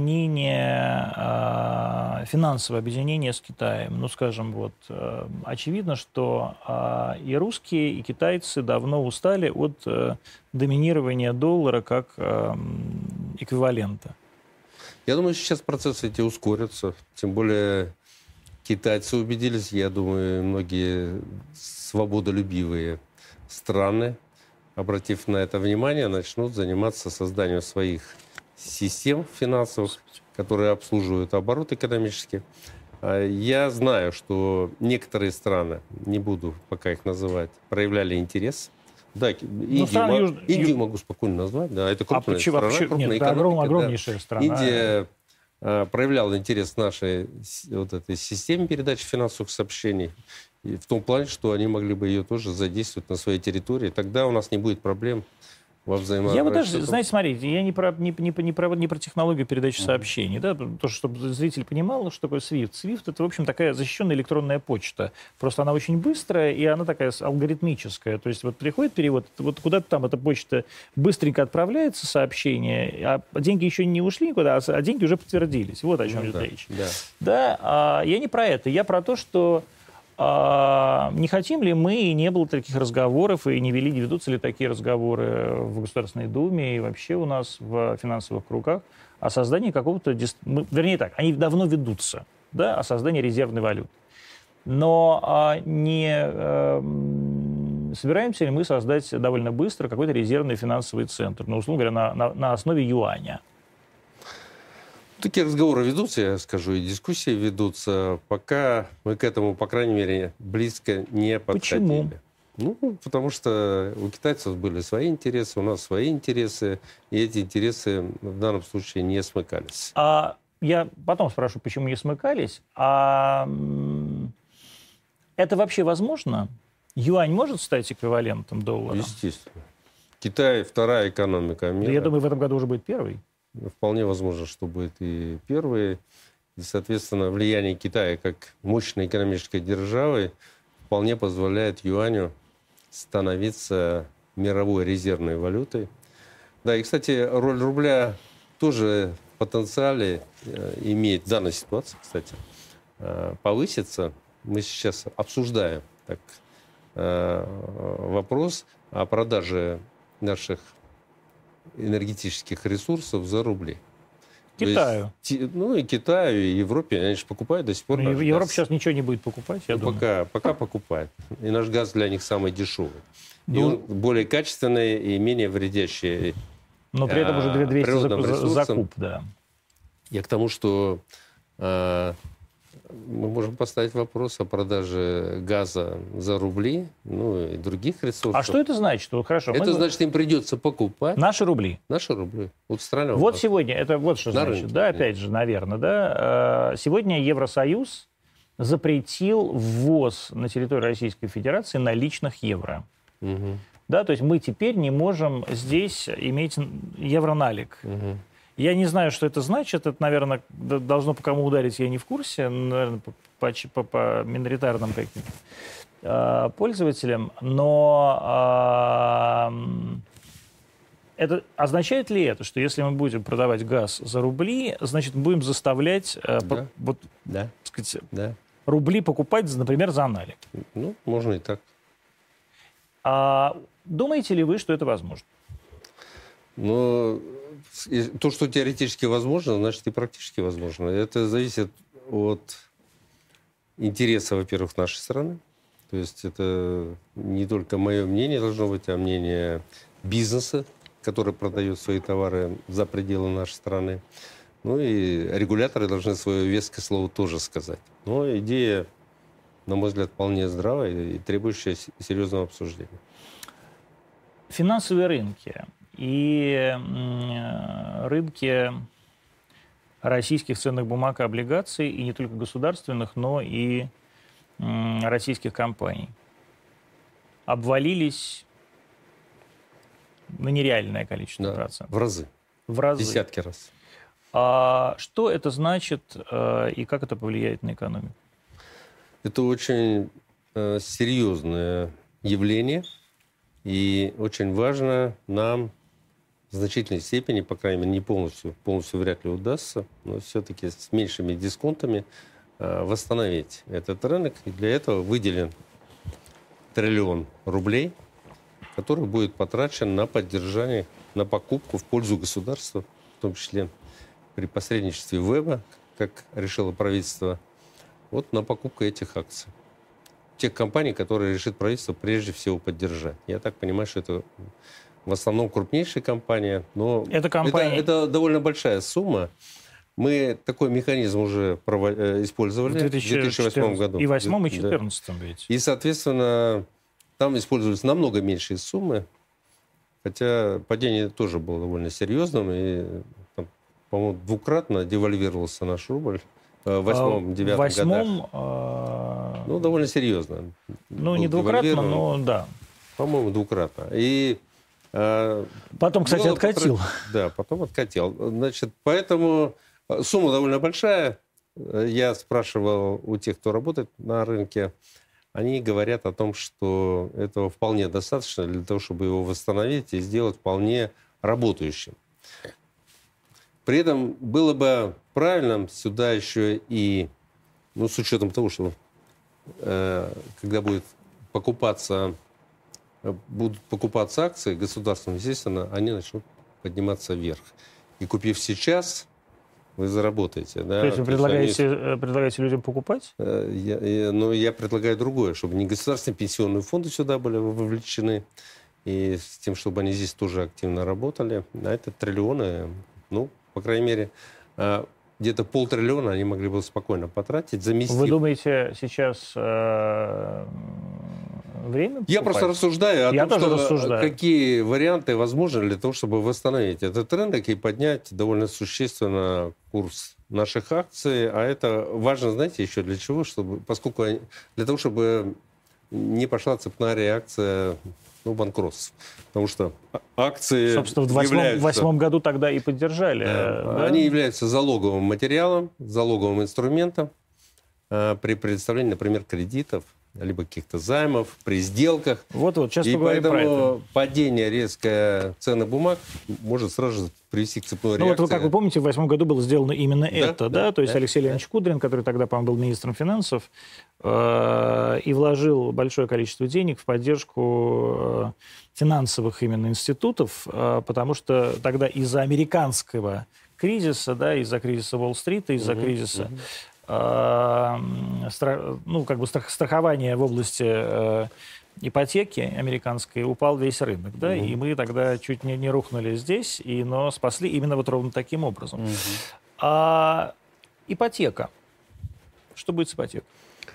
Speaker 1: объединения, финансового объединения с Китаем? Ну, скажем, вот, очевидно, что и русские, и китайцы давно устали от доминирования доллара как эквивалента.
Speaker 2: Я думаю, сейчас процессы эти ускорятся, тем более... Китайцы убедились, я думаю, многие свободолюбивые страны, обратив на это внимание, начнут заниматься созданием своих систем финансовых, которые обслуживают оборот экономический. Я знаю, что некоторые страны, не буду пока их называть, проявляли интерес. Да, Индию могу спокойно назвать. Да, это крупная страна, крупная экономика.
Speaker 1: Огромнейшая страна.
Speaker 2: Индия проявлял интерес к нашей вот этой системе передачи финансовых сообщений. И в том плане, что они могли бы ее тоже задействовать на своей территории. Тогда у нас не будет проблем во взаимоотношениях.
Speaker 1: Я вот даже, знаете, смотрите, я не про технологию передачи сообщений, да, то, чтобы зритель понимал, что такое SWIFT. SWIFT — это, в общем, такая защищенная электронная почта. Просто она очень быстрая, и она такая алгоритмическая. То есть вот приходит перевод, вот куда-то там эта почта быстренько отправляется, сообщение, а деньги еще не ушли никуда, а деньги уже подтвердились. Вот о чем идет речь. Да, я не про это, я про то, что не хотим ли мы, и не было таких разговоров, и не ведутся ли такие разговоры в Государственной Думе и вообще у нас в финансовых кругах о создании какого-то, вернее так, они давно ведутся, да, о создании резервной валюты. Но не собираемся ли мы создать довольно быстро какой-то резервный финансовый центр, ну, условно говоря, на основе юаня?
Speaker 2: Такие разговоры ведутся, я скажу, и дискуссии ведутся, пока мы к этому, по крайней мере, близко не подходили.
Speaker 1: Почему?
Speaker 2: Ну, потому что у китайцев были свои интересы, у нас свои интересы, и эти интересы в данном случае не смыкались.
Speaker 1: Я потом спрошу, почему не смыкались. Это вообще возможно? Юань может стать эквивалентом доллара?
Speaker 2: Естественно. Китай — вторая экономика мира.
Speaker 1: Да, я думаю, в этом году уже будет первый.
Speaker 2: Вполне возможно, что будет и первый. И, соответственно, влияние Китая как мощной экономической державы вполне позволяет юаню становиться мировой резервной валютой. Да, и, кстати, роль рубля тоже в потенциале имеет в данной ситуации, кстати, повыситься. Мы сейчас обсуждаем вопрос о продаже наших энергетических ресурсов за рубли.
Speaker 1: Китаю.
Speaker 2: И Китаю, и Европе. Они же покупают до сих пор.
Speaker 1: Европа сейчас ничего не будет покупать, я думаю.
Speaker 2: Пока покупает. И наш газ для них самый дешевый. И он более качественный и менее вредящий.
Speaker 1: Но при этом уже 2200 закуп, да.
Speaker 2: Я к тому, что мы можем поставить вопрос о продаже газа за рубли, ну и других ресурсов.
Speaker 1: А что это значит? Хорошо.
Speaker 2: Это значит, им придется покупать
Speaker 1: наши рубли.
Speaker 2: Наши рубли. Вот
Speaker 1: сегодня, это вот что значит, рынке, да, опять же, наверное, да. Сегодня Евросоюз запретил ввоз на территорию Российской Федерации наличных евро.
Speaker 2: Угу.
Speaker 1: Да, то есть мы теперь не можем здесь иметь евроналик.
Speaker 2: Угу.
Speaker 1: Я не знаю, что это значит. Это, наверное, должно по кому ударить, я не в курсе. Наверное, по миноритарным каким-то пользователям. Но это означает ли это, что если мы будем продавать газ за рубли, значит, мы будем заставлять сказать, рубли покупать, например, за налик?
Speaker 2: Ну, можно и так.
Speaker 1: Думаете ли вы, что это возможно?
Speaker 2: Ну, то, что теоретически возможно, значит и практически возможно. Это зависит от интереса, во-первых, нашей страны. То есть это не только мое мнение должно быть, а мнение бизнеса, который продает свои товары за пределы нашей страны. Ну и регуляторы должны свое веское слово тоже сказать. Но идея, на мой взгляд, вполне здравая и требующая серьезного обсуждения.
Speaker 1: Финансовые рынки и рынки российских ценных бумаг и облигаций, и не только государственных, но и российских компаний, обвалились на нереальное количество процентов.
Speaker 2: В разы.
Speaker 1: В разы.
Speaker 2: Десятки раз.
Speaker 1: Что это значит и как это повлияет на экономику?
Speaker 2: Это очень серьезное явление. И очень важно нам в значительной степени, по крайней мере, не полностью вряд ли удастся, но все-таки с меньшими дисконтами восстановить этот рынок. И для этого выделен 1 триллион рублей, который будет потрачен на поддержание, на покупку в пользу государства, в том числе при посредничестве ВЭБа, как решило правительство, вот на покупку этих акций. Тех компаний, которые решит правительство прежде всего поддержать. Я так понимаю, что это в основном крупнейшие компании, но это довольно большая сумма. Мы такой механизм уже использовали в 2008 году.
Speaker 1: И в 2008, и 2014 ведь.
Speaker 2: И, соответственно, там использовались намного меньшие суммы, хотя падение тоже было довольно серьезным, и, по-моему, двукратно девальвировался наш рубль. в восьмом-девятом годах. Ну, довольно серьезно.
Speaker 1: Ну, не двукратно, но да.
Speaker 2: По-моему, двукратно. И
Speaker 1: потом, кстати, откатил.
Speaker 2: Да, потом откатил. Значит, поэтому сумма довольно большая. Я спрашивал у тех, кто работает на рынке, они говорят о том, что этого вполне достаточно для того, чтобы его восстановить и сделать вполне работающим. При этом было бы правильно сюда еще и, ну, с учетом того, что когда будут покупаться акции государственные, естественно, они начнут подниматься вверх. И купив сейчас, вы заработаете. Да?
Speaker 1: То есть вы предлагаете людям покупать?
Speaker 2: Но я предлагаю другое, чтобы не государственные пенсионные фонды сюда были вовлечены, и с тем, чтобы они здесь тоже активно работали. А это триллионы, ну, по крайней мере, где-то 500 миллиона они могли бы спокойно потратить, заместив.
Speaker 1: Вы думаете, сейчас время покупать?
Speaker 2: Я просто рассуждаю о том,
Speaker 1: рассуждаю.
Speaker 2: Какие варианты возможны для того, чтобы восстановить этот рынок и поднять довольно существенно курс наших акций. А это важно, знаете, еще для чего? Для того, чтобы не пошла цепная реакция, ну, банкротств. Потому что акции,
Speaker 1: собственно, в 2008 году тогда и поддержали. Да?
Speaker 2: Они являются залоговым материалом, залоговым инструментом при предоставлении, например, кредитов, либо каких-то займов, при сделках.
Speaker 1: Вот-вот, сейчас поговорим
Speaker 2: про это.
Speaker 1: Поэтому
Speaker 2: Падение резкое цены бумаг может сразу же привести к цепной реакции.
Speaker 1: Ну вот, как вы помните, в 2008 году было сделано именно это. Да? То есть Алексей Леонидович Кудрин, который тогда, по-моему, был министром финансов, и вложил большое количество денег в поддержку финансовых именно институтов, потому что тогда из-за американского кризиса, да, из-за кризиса Уолл-стрита, из-за кризиса страхования в области ипотеки американской упал весь рынок, да, и мы тогда чуть не рухнули здесь, но спасли именно вот ровно таким образом. А ипотека. Что будет с ипотекой?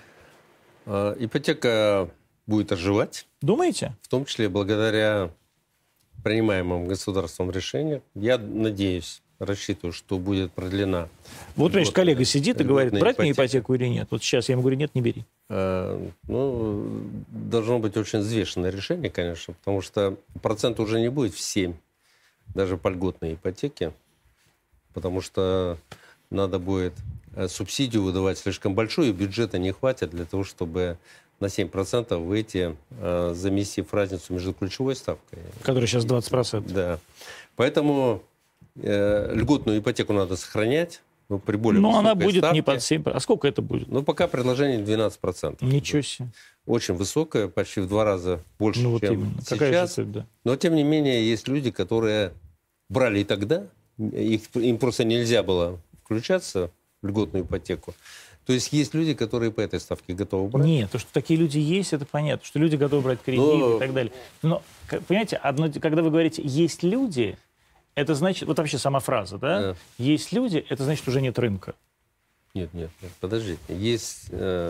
Speaker 2: Ипотека будет оживать.
Speaker 1: Думаете?
Speaker 2: В том числе благодаря принимаемым государством решениям. Я надеюсь, рассчитываю, что будет продлена.
Speaker 1: Вот, значит, коллега сидит и говорит, брать мне ипотеку или нет? Вот сейчас я ему говорю, нет, не бери.
Speaker 2: Ну, должно быть очень взвешенное решение, конечно, потому что процент уже не будет в 7, даже по льготной ипотеке, потому что надо будет субсидию выдавать слишком большую, и бюджета не хватит для того, чтобы на 7% выйти, заместив разницу между ключевой ставкой.
Speaker 1: Которая сейчас 20%.
Speaker 2: Да. Поэтому льготную ипотеку надо сохранять. Но при более высокой
Speaker 1: она будет
Speaker 2: ставке.
Speaker 1: Не под 7%. А сколько это будет?
Speaker 2: Ну, пока предложение 12%.
Speaker 1: Ничего себе.
Speaker 2: Очень высокое, почти в 2 раза больше,
Speaker 1: вот
Speaker 2: чем
Speaker 1: именно.
Speaker 2: сейчас.
Speaker 1: Да.
Speaker 2: Но, тем не менее, есть люди, которые брали и тогда, им просто нельзя было включаться в льготную ипотеку. То есть есть люди, которые по этой ставке готовы брать.
Speaker 1: Нет, то, что такие люди есть, это понятно. Что люди готовы брать кредиты и так далее. Но, понимаете, когда вы говорите «есть люди», это значит, вот вообще сама фраза, да? Есть люди, это значит, уже нет рынка.
Speaker 2: Нет, подождите. Есть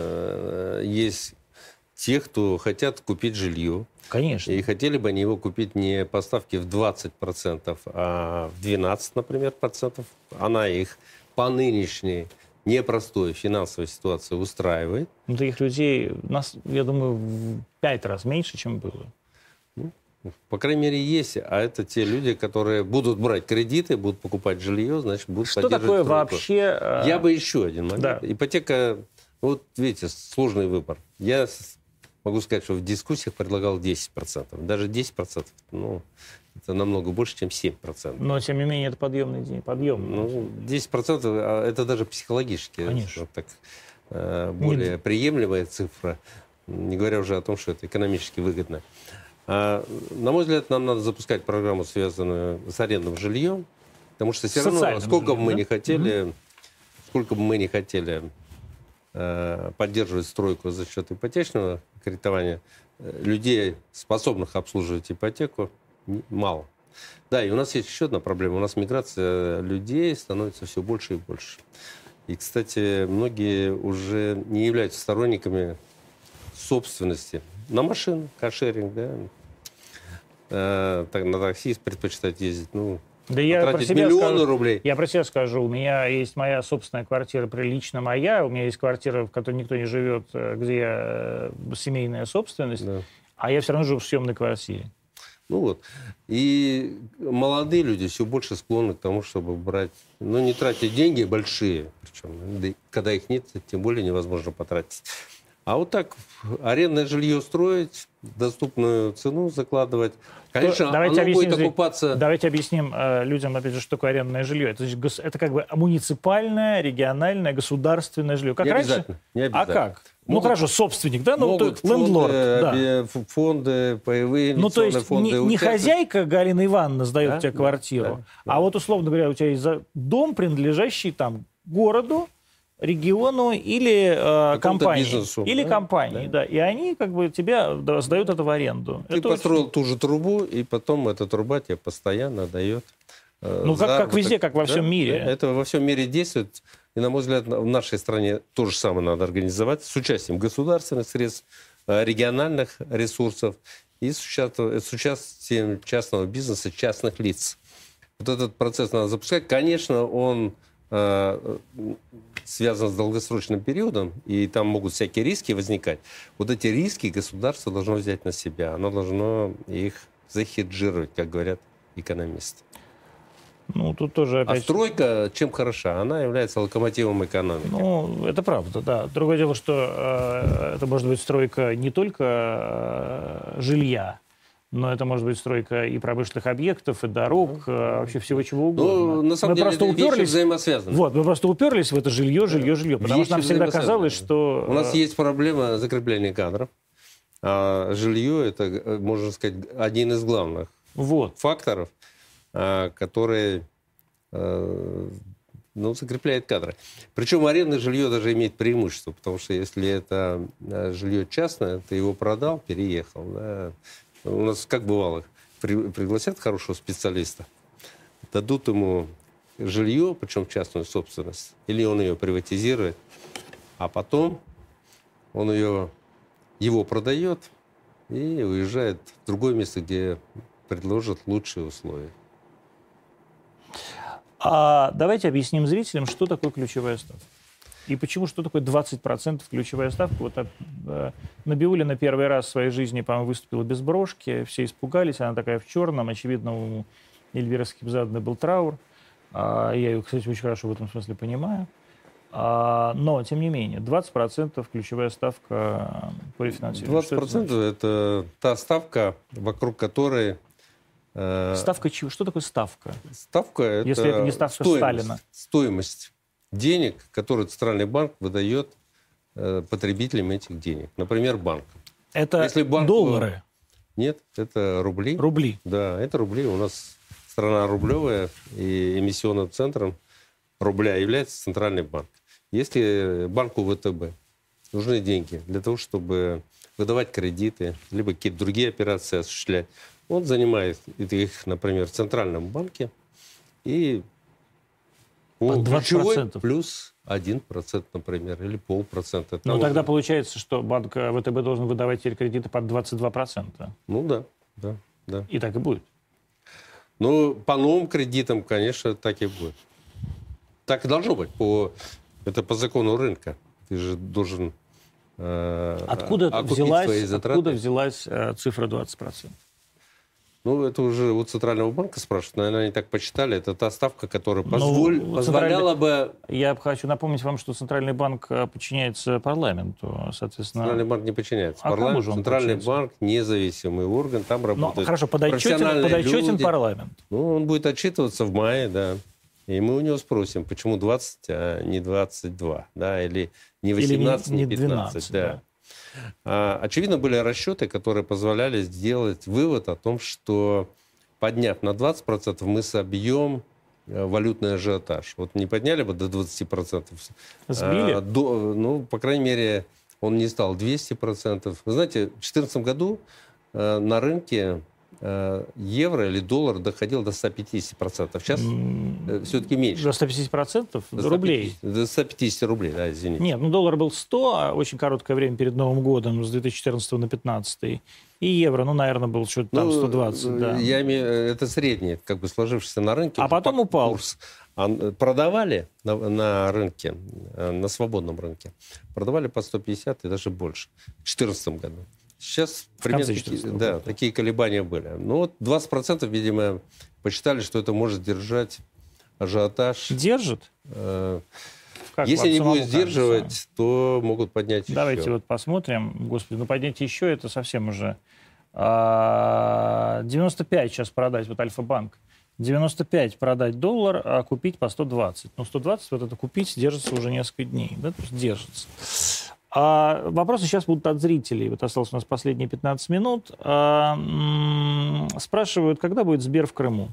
Speaker 2: те, кто хотят купить жилье.
Speaker 1: Конечно.
Speaker 2: И хотели бы они его купить не по ставке в 20%, а в 12%, например, процентов. Она их по нынешней непростой финансовой ситуации устраивает.
Speaker 1: Ну, таких людей, я думаю, в 5 раз меньше, чем было.
Speaker 2: По крайней мере, есть. А это те люди, которые будут брать кредиты, будут покупать жилье, значит, будут
Speaker 1: что
Speaker 2: поддерживать
Speaker 1: такое
Speaker 2: стройку.
Speaker 1: вообще...
Speaker 2: Я бы еще один момент.
Speaker 1: Да.
Speaker 2: Ипотека, вот видите, сложный выбор. Я могу сказать, что в дискуссиях предлагал 10%. Даже 10%, ну, это намного больше, чем 7%.
Speaker 1: Но, тем не менее, это подъемный день.
Speaker 2: Ну, 10% это даже психологически.
Speaker 1: Конечно.
Speaker 2: Так, более приемлемая цифра. Не говоря уже о том, что это экономически выгодно. На мой взгляд, нам надо запускать программу, связанную с арендным жильем, потому что все равно, сколько бы мы не хотели поддерживать стройку за счет ипотечного кредитования, людей, способных обслуживать ипотеку, мало. Да, и у нас есть еще одна проблема. У нас миграция людей становится все больше и больше. И, кстати, многие уже не являются сторонниками собственности на машину, каршеринг, да. На такси предпочитают ездить. Ну,
Speaker 1: Да я про
Speaker 2: потратить
Speaker 1: себя
Speaker 2: миллионы
Speaker 1: скажу,
Speaker 2: рублей.
Speaker 1: я про себя скажу. У меня есть моя собственная квартира, прилично моя. У меня есть квартира, в которой никто не живет, где я семейная собственность.
Speaker 2: Да.
Speaker 1: А я все равно живу в съемной квартире.
Speaker 2: Ну вот. И молодые люди все больше склонны к тому, чтобы брать, ну, не тратить деньги большие, причем, да, когда их нет, тем более невозможно потратить. А вот так арендное жилье строить, доступную цену закладывать. Конечно,
Speaker 1: Давайте
Speaker 2: оно будет
Speaker 1: объясним,
Speaker 2: окупаться...
Speaker 1: Давайте объясним людям, опять же, что такое арендное жилье. Это как бы муниципальное, региональное, государственное жилье. Как
Speaker 2: Не
Speaker 1: раньше?
Speaker 2: обязательно. Не обязательно.
Speaker 1: А как? Ну хорошо, собственник, да? Ну,
Speaker 2: Могут
Speaker 1: лендлорд.
Speaker 2: фонды, фонды, паевые
Speaker 1: Ну, то
Speaker 2: инвестиционные
Speaker 1: есть
Speaker 2: фонды.
Speaker 1: не
Speaker 2: участвуют.
Speaker 1: хозяйка Галина Ивановна сдает
Speaker 2: Да,
Speaker 1: тебе квартиру,
Speaker 2: да.
Speaker 1: а вот, условно говоря, у тебя есть дом, принадлежащий там городу, региону или компании.
Speaker 2: Бизнесу,
Speaker 1: Или
Speaker 2: да,
Speaker 1: компании, да. И они как бы тебе сдают это в аренду.
Speaker 2: Ты
Speaker 1: это
Speaker 2: построил ту же трубу, и потом эта труба тебе постоянно дает
Speaker 1: Ну, как везде, как во всем мире.
Speaker 2: Это во всем мире действует. И, на мой взгляд, в нашей стране то же самое надо организовать с участием государственных средств, региональных ресурсов и с участием частного бизнеса, частных лиц. Вот этот процесс надо запускать. Конечно, он связан с долгосрочным периодом, и там могут всякие риски возникать. Вот эти риски государство должно взять на себя. Оно должно их захеджировать, как говорят экономисты.
Speaker 1: Ну, тут тоже опять...
Speaker 2: А стройка чем хороша? Она является локомотивом экономики.
Speaker 1: Ну, это правда, да. Другое дело, что это может быть стройка не только жилья, но это может быть стройка и промышленных объектов, и дорог, вообще всего чего угодно.
Speaker 2: Ну, на самом деле,
Speaker 1: просто
Speaker 2: вещи взаимосвязаны.
Speaker 1: Вот, мы просто уперлись в это жилье. Потому что нам всегда казалось, что...
Speaker 2: У нас есть проблема закрепления кадров. А жилье – это, можно сказать, один из главных факторов, который закрепляет кадры. Причем арендное жилье даже имеет преимущество, потому что если это жилье частное, ты его продал, переехал. Да. У нас как бывало, пригласят хорошего специалиста, дадут ему жилье, причем частную собственность, или он ее приватизирует, а потом он его продает и уезжает в другое место, где предложат лучшие условия.
Speaker 1: А давайте объясним зрителям, что такое ключевая ставка. И почему, что такое 20% ключевая ставка? Вот Набиуля на первый раз в своей жизни, по-моему, выступила без брошки, все испугались, она такая в черном, очевидно, у Эльвиры Скибзадзе был траур. Я ее, кстати, очень хорошо в этом смысле понимаю. Но, тем не менее, 20% ключевая ставка по рефинансированию.
Speaker 2: 20% это та ставка, вокруг которой...
Speaker 1: Ставка чего? Что такое ставка?
Speaker 2: Ставка – это
Speaker 1: если это не ставка Сталина.
Speaker 2: Стоимость денег, которые Центральный банк выдает потребителям этих денег. Например, банк.
Speaker 1: Это доллары?
Speaker 2: Нет, это рубли.
Speaker 1: Рубли?
Speaker 2: Да, это рубли. У нас страна рублевая, и эмиссионным центром рубля является Центральный банк. Если банку ВТБ нужны деньги для того, чтобы выдавать кредиты, либо какие-то другие операции осуществлять, он занимает их, например, в Центральном банке, и ключевой плюс 1%, например, или 0,5%.
Speaker 1: Ну, тогда получается, что банк ВТБ должен выдавать теперь кредиты под 22%.
Speaker 2: Ну, да.
Speaker 1: И так и будет.
Speaker 2: Ну, по новым кредитам, конечно, так и будет. Так и должно быть. Это по закону рынка. Ты же должен
Speaker 1: Откуда взялась цифра 20%?
Speaker 2: Ну, это уже у Центрального банка спрашивают. Наверное, они так посчитали. Это та ставка, которая позволяла бы...
Speaker 1: Я хочу напомнить вам, что Центральный банк подчиняется парламенту. Соответственно...
Speaker 2: Центральный банк не подчиняется парламенту. Центральный банк независимый орган. Там работает
Speaker 1: хорошо, подотчетен парламент.
Speaker 2: Ну, он будет отчитываться в мае, да. И мы у него спросим, почему 20, а не 22, да, или не 18, не 15, да. Очевидно, были расчеты, которые позволяли сделать вывод о том, что, подняв на 20%, мы собьем валютный ажиотаж. Вот не подняли бы до 20%.
Speaker 1: Сбили?
Speaker 2: По крайней мере, он не стал 200%. Вы знаете, в 2014 году на рынке евро или доллар доходил до 150%. Сейчас все-таки меньше.
Speaker 1: До 150%? Рублей?
Speaker 2: До 150 рублей, да, извините.
Speaker 1: Нет, ну доллар был 100, очень короткое время перед Новым годом, с 2014 на 2015. И евро, ну, наверное, был что-то там 120. Да.
Speaker 2: Я имею, это средний, как бы сложившийся на рынке.
Speaker 1: А потом упал.
Speaker 2: Курс. Продавали на рынке, на свободном рынке, продавали по 150 и даже больше в 2014 году. Сейчас примерно такие колебания были. Ну вот 20%, видимо, посчитали, что это может держать ажиотаж.
Speaker 1: Держит?
Speaker 2: Если не будет сдерживать, то могут поднять еще.
Speaker 1: Давайте вот посмотрим. Господи, ну поднять еще, это совсем уже... 95 сейчас продать, вот Альфа-банк. 95 продать доллар, а купить по 120. Ну 120 вот это купить держится уже несколько дней. Да, то есть держится. Вопросы сейчас будут от зрителей. Вот осталось у нас последние 15 минут. Спрашивают, когда будет Сбер в Крыму?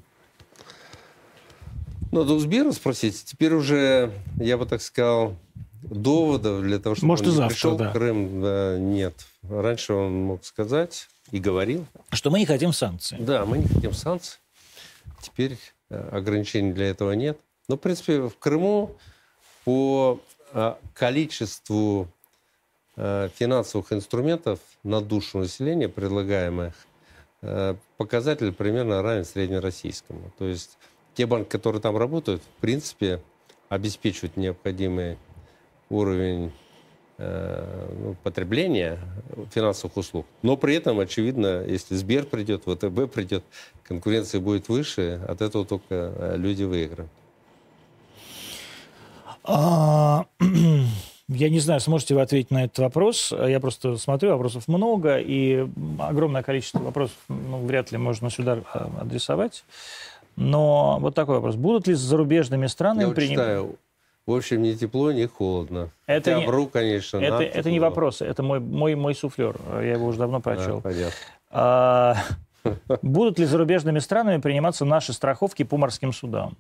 Speaker 2: Надо у Сбера спросить. Теперь уже, я бы так сказал, доводов для того, чтобы
Speaker 1: может,
Speaker 2: он
Speaker 1: и
Speaker 2: не
Speaker 1: завтра,
Speaker 2: пришел
Speaker 1: да.
Speaker 2: в Крым, нет. Раньше он мог сказать и говорил.
Speaker 1: Что мы не хотим санкций.
Speaker 2: Да, мы не хотим санкций. Теперь ограничений для этого нет. Но, в принципе, в Крыму по количеству финансовых инструментов на душу населения, предлагаемых, показатель примерно равен среднероссийскому. То есть те банки, которые там работают, в принципе, обеспечивают необходимый уровень потребления финансовых услуг. Но при этом, очевидно, если Сбер придет, ВТБ придет, конкуренция будет выше, от этого только люди выиграют.
Speaker 1: Я не знаю, сможете вы ответить на этот вопрос. Я просто смотрю, вопросов много, и огромное количество вопросов вряд ли можно сюда адресовать. Но вот такой вопрос. Будут ли с зарубежными странами принимать...
Speaker 2: В общем, ни тепло, ни холодно.
Speaker 1: Это
Speaker 2: Хотя вру, конечно.
Speaker 1: Это не вопрос, это мой суфлер. Я его уже давно прочел.
Speaker 2: Понятно.
Speaker 1: Будут ли зарубежными странами приниматься наши страховки по морским судам?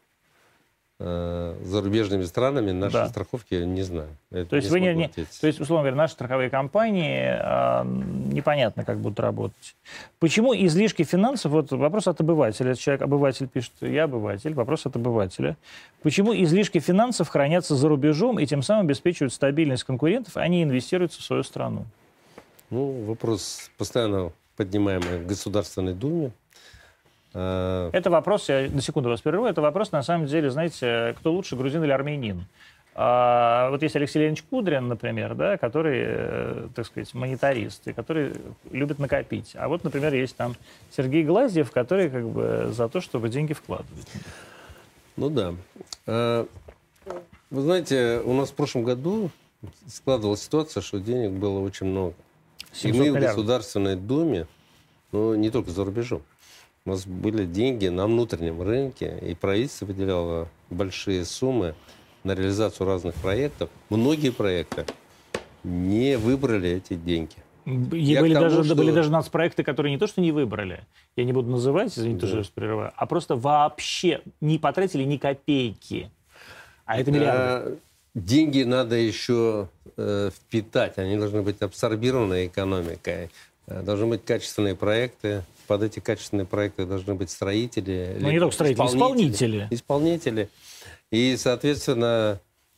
Speaker 2: Зарубежными странами наши страховки не знаю.
Speaker 1: То есть, условно говоря, наши страховые компании непонятно, как будут работать. Почему излишки финансов, вот вопрос от обывателя, обыватель пишет, я обыватель, вопрос от обывателя. Почему излишки финансов хранятся за рубежом и тем самым обеспечивают стабильность конкурентов, а не инвестируются в свою страну?
Speaker 2: Ну, вопрос постоянно поднимаемый в Государственной Думе.
Speaker 1: Это вопрос, я на секунду вас прерву, это вопрос, на самом деле, знаете, кто лучше, грузин или армянин? Вот есть Алексей Леонидович Кудрин, например, да, который, так сказать, монетарист, и который любит накопить. А вот, например, есть там Сергей Глазьев, который как бы за то, чтобы деньги вкладывать.
Speaker 2: Ну да. Вы знаете, у нас в прошлом году складывалась ситуация, что денег было очень много. И мы в Государственной Думе, ну не только за рубежом, у нас были деньги на внутреннем рынке, и правительство выделяло большие суммы на реализацию разных проектов. Многие проекты не выбрали эти деньги.
Speaker 1: Были даже нацпроекты, которые не то что не выбрали, я не буду называть, извините, что я прерываю, а просто вообще не потратили ни копейки. А это миллиарды.
Speaker 2: Деньги надо еще впитать, они должны быть абсорбированы экономикой. Должны быть качественные проекты. Под эти качественные проекты должны быть строители.
Speaker 1: Ну, не только строители, исполнители.
Speaker 2: И, соответственно,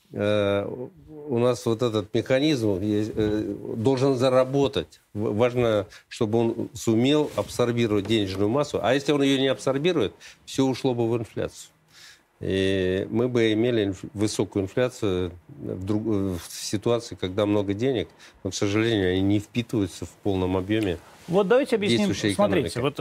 Speaker 2: у нас вот этот механизм должен заработать. Важно, чтобы он сумел абсорбировать денежную массу. А если он ее не абсорбирует, все ушло бы в инфляцию. И мы бы имели высокую инфляцию в ситуации, когда много денег, но, к сожалению, они не впитываются в полном объеме.
Speaker 1: Вот давайте объясним. Смотрите, вот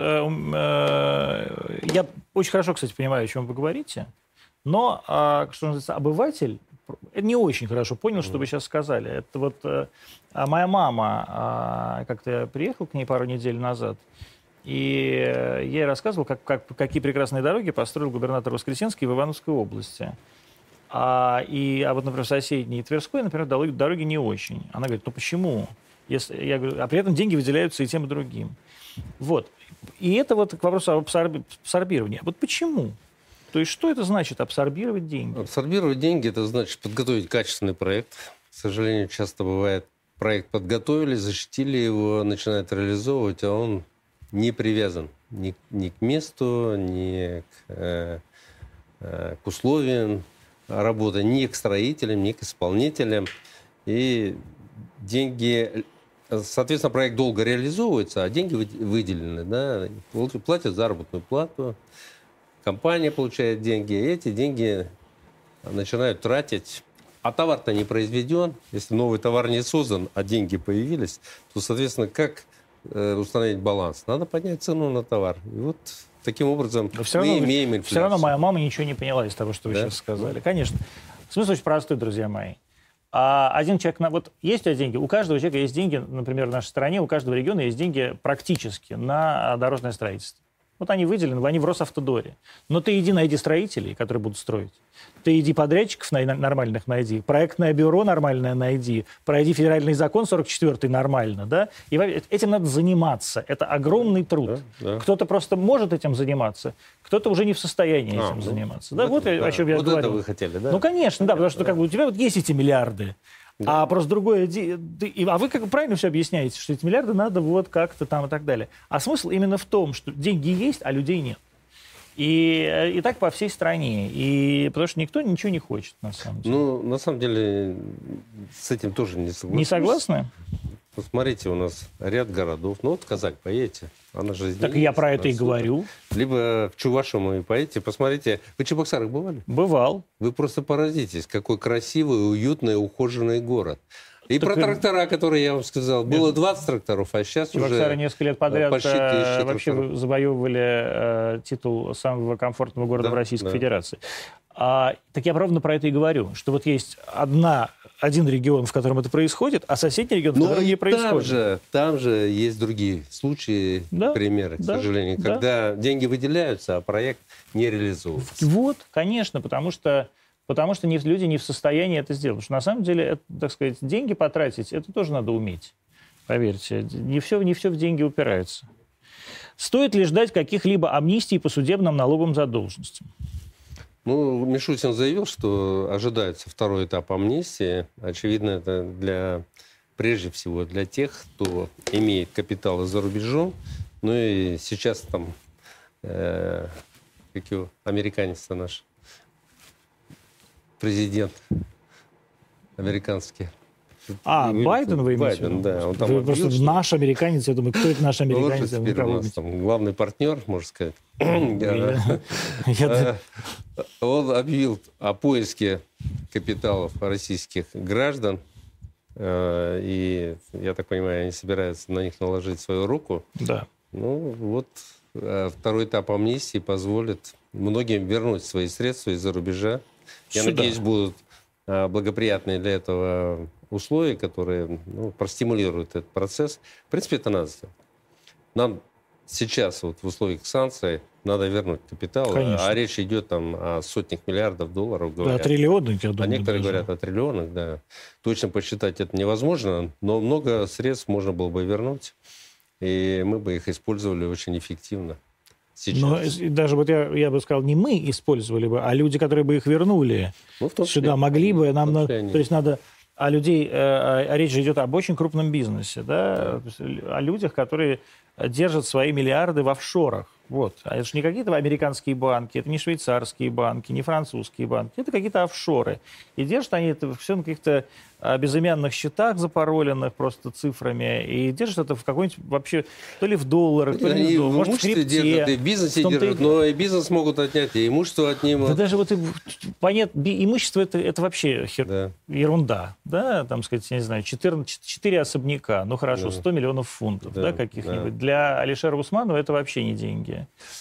Speaker 1: я очень хорошо, кстати, понимаю, о чем вы говорите, но, что называется, обыватель не очень хорошо понял, что вы сейчас сказали. Это вот моя мама, как-то я приехал к ней пару недель назад, и я ей рассказывал, какие прекрасные дороги построил губернатор Воскресенский в Ивановской области. А вот, например, в соседней Тверской, например, дороги не очень. Она говорит, ну почему? Я говорю, а при этом деньги выделяются и тем, и другим. Вот. И это вот к вопросу об абсорбировании. Вот почему? То есть что это значит абсорбировать деньги?
Speaker 2: Абсорбировать деньги – это значит подготовить качественный проект. К сожалению, часто бывает, проект подготовили, защитили его, начинают реализовывать, а он не привязан ни к месту, ни к условиям работы, ни к строителям, ни к исполнителям. И деньги... Соответственно, проект долго реализовывается, а деньги выделены. Да? Платят заработную плату, компания получает деньги, и эти деньги начинают тратить. А товар-то не произведен. Если новый товар не создан, а деньги появились, то, соответственно, как установить баланс? Надо поднять цену на товар. И вот таким образом мы имеем инфляцию.
Speaker 1: Все равно моя мама ничего не поняла из того, что вы
Speaker 2: Да?
Speaker 1: сейчас сказали. Конечно. Смысл очень простой, друзья мои. Один человек... Вот есть деньги, у каждого человека есть деньги, например, в нашей стране, у каждого региона есть деньги практически на дорожное строительство. Вот они выделены, они в Росавтодоре. Но ты иди найди строителей, которые будут строить. Ты иди подрядчиков нормальных найди, проектное бюро нормальное найди, пройди федеральный закон 44-й нормально, да? И этим надо заниматься. Это огромный труд. Да. Кто-то просто может этим заниматься, кто-то уже не в состоянии этим заниматься. Да, вот о чем я говорю.
Speaker 2: Это вы хотели, да?
Speaker 1: Ну, конечно, да, потому что как бы, у тебя вот есть эти миллиарды, да. А просто другое... А вы как бы правильно все объясняете, что эти миллиарды надо вот как-то там и так далее. А смысл именно в том, что деньги есть, а людей нет. И так по всей стране. И потому что никто ничего не хочет, на самом деле.
Speaker 2: Ну, на самом деле, с этим тоже не согласен.
Speaker 1: Не согласны?
Speaker 2: Посмотрите, у нас ряд городов. Ну, вот в Казань поедете. Она же здесь.
Speaker 1: Так я про это и говорю.
Speaker 2: Либо в Чувашию поедете. Посмотрите. Вы в Чебоксарах бывали?
Speaker 1: Бывал.
Speaker 2: Вы просто поразитесь, какой красивый, уютный, ухоженный город. И так про трактора, которые я вам сказал. Было 20 тракторов, а сейчас
Speaker 1: Чебоксары
Speaker 2: уже
Speaker 1: несколько лет подряд
Speaker 2: почти 1000
Speaker 1: вообще
Speaker 2: тракторов.
Speaker 1: Завоевывали титул самого комфортного города в Российской Федерации. Так я ровно про это и говорю, что вот есть один регион, в котором это происходит, а соседний регион, в котором не происходит.
Speaker 2: Там же есть другие случаи, примеры, к сожалению, когда деньги выделяются, а проект не реализуется.
Speaker 1: Вот, конечно, потому что люди не в состоянии это сделать. Потому что на самом деле, это, так сказать, деньги потратить, это тоже надо уметь. Поверьте, не все в деньги упирается. Стоит ли ждать каких-либо амнистий по судебным налоговым задолженностям?
Speaker 2: Ну, Мишустин заявил, что ожидается второй этап амнистии. Очевидно, это прежде всего для тех, кто имеет капиталы за рубежом. Ну и сейчас там, американец-то наш, президент американский.
Speaker 1: Байден вы имеете?
Speaker 2: Байден, да. Он там
Speaker 1: вы просто наш американец, я думаю, кто это наш американец?
Speaker 2: Вот теперь у нас там главный партнер, можно сказать. Он объявил о поиске капиталов российских граждан. И, я так понимаю, они собираются на них наложить свою руку.
Speaker 1: Да.
Speaker 2: Ну, вот второй этап амнистии позволит многим вернуть свои средства из-за рубежа. Я надеюсь, будут благоприятные для этого условия, которые простимулируют этот процесс. В принципе, это надо сделать. Нам сейчас вот в условиях санкций надо вернуть капитал, а речь идет там о сотнях миллиардов долларов. Говорят.
Speaker 1: Да, о триллионах, я думаю.
Speaker 2: А некоторые говорят о триллионах, да. Точно посчитать это невозможно, но много средств можно было бы вернуть, и мы бы их использовали очень эффективно. Сейчас.
Speaker 1: Но даже вот я бы сказал, не мы использовали бы, а люди, которые бы их вернули сюда, могли бы. То есть надо... речь же идет об очень крупном бизнесе, да? О людях, которые держат свои миллиарды в офшорах. Вот. А это же не какие-то американские банки, это не швейцарские банки, не французские банки, это какие-то офшоры. И держат они это все на каких-то безымянных счетах запароленных просто цифрами, и держат это в какой-нибудь вообще, то ли в долларах, то ли в может, в крипте.
Speaker 2: Держат, и в бизнесе держат, но и бизнес могут отнять, и имущество отнимут.
Speaker 1: Да даже вот имущество это вообще ерунда. Да, там, сказать, я не знаю, 4 особняка, ну хорошо, 100 миллионов фунтов, да, каких-нибудь. Да. Для Алишера Усманова это вообще не деньги.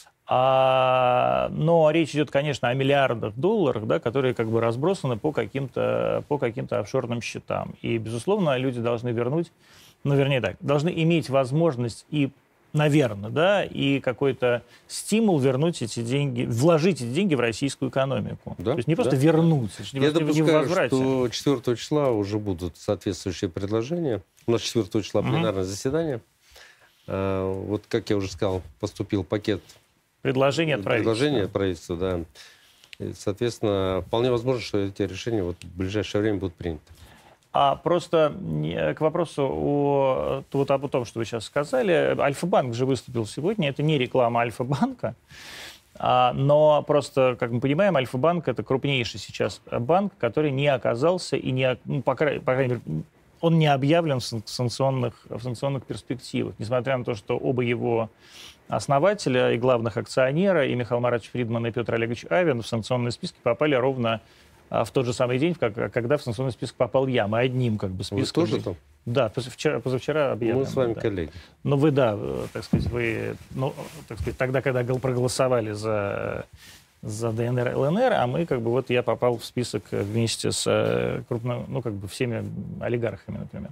Speaker 1: Но речь идет, конечно, о миллиардах долларов, да, которые как бы разбросаны по каким-то офшорным счетам. И, безусловно, люди должны вернуть, должны иметь возможность и, наверное, да, и какой-то стимул вернуть эти деньги, вложить эти деньги в российскую экономику. Да? То есть не просто вернуть,
Speaker 2: Я допускаю, что 4 числа уже будут соответствующие предложения. У нас 4 числа пленарное заседание. Вот, как я уже сказал, поступил пакет
Speaker 1: предложений от
Speaker 2: правительства, да. И, соответственно, вполне возможно, что эти решения в ближайшее время будут приняты.
Speaker 1: А просто к вопросу вот об том, что вы сейчас сказали. Альфа-банк же выступил сегодня. Это не реклама Альфа-банка. Но просто, как мы понимаем, Альфа-банк — это крупнейший сейчас банк, который не оказался и не, ну, по крайней мере, он не объявлен в санкционных перспективах, несмотря на то, что оба его основателя и главных акционера, и Михаил Маратович Фридман, и Петр Олегович Авен в санкционные списки попали ровно в тот же самый день, когда в санкционный список попал я. Мы одним как бы списком.
Speaker 2: Вы тоже там?
Speaker 1: Да, позавчера объявлено.
Speaker 2: Мы с вами
Speaker 1: да.
Speaker 2: коллеги.
Speaker 1: Ну, вы, да, так сказать, тогда, когда проголосовали за ДНР, ЛНР, а мы, как бы, вот я попал в список вместе с всеми олигархами, например.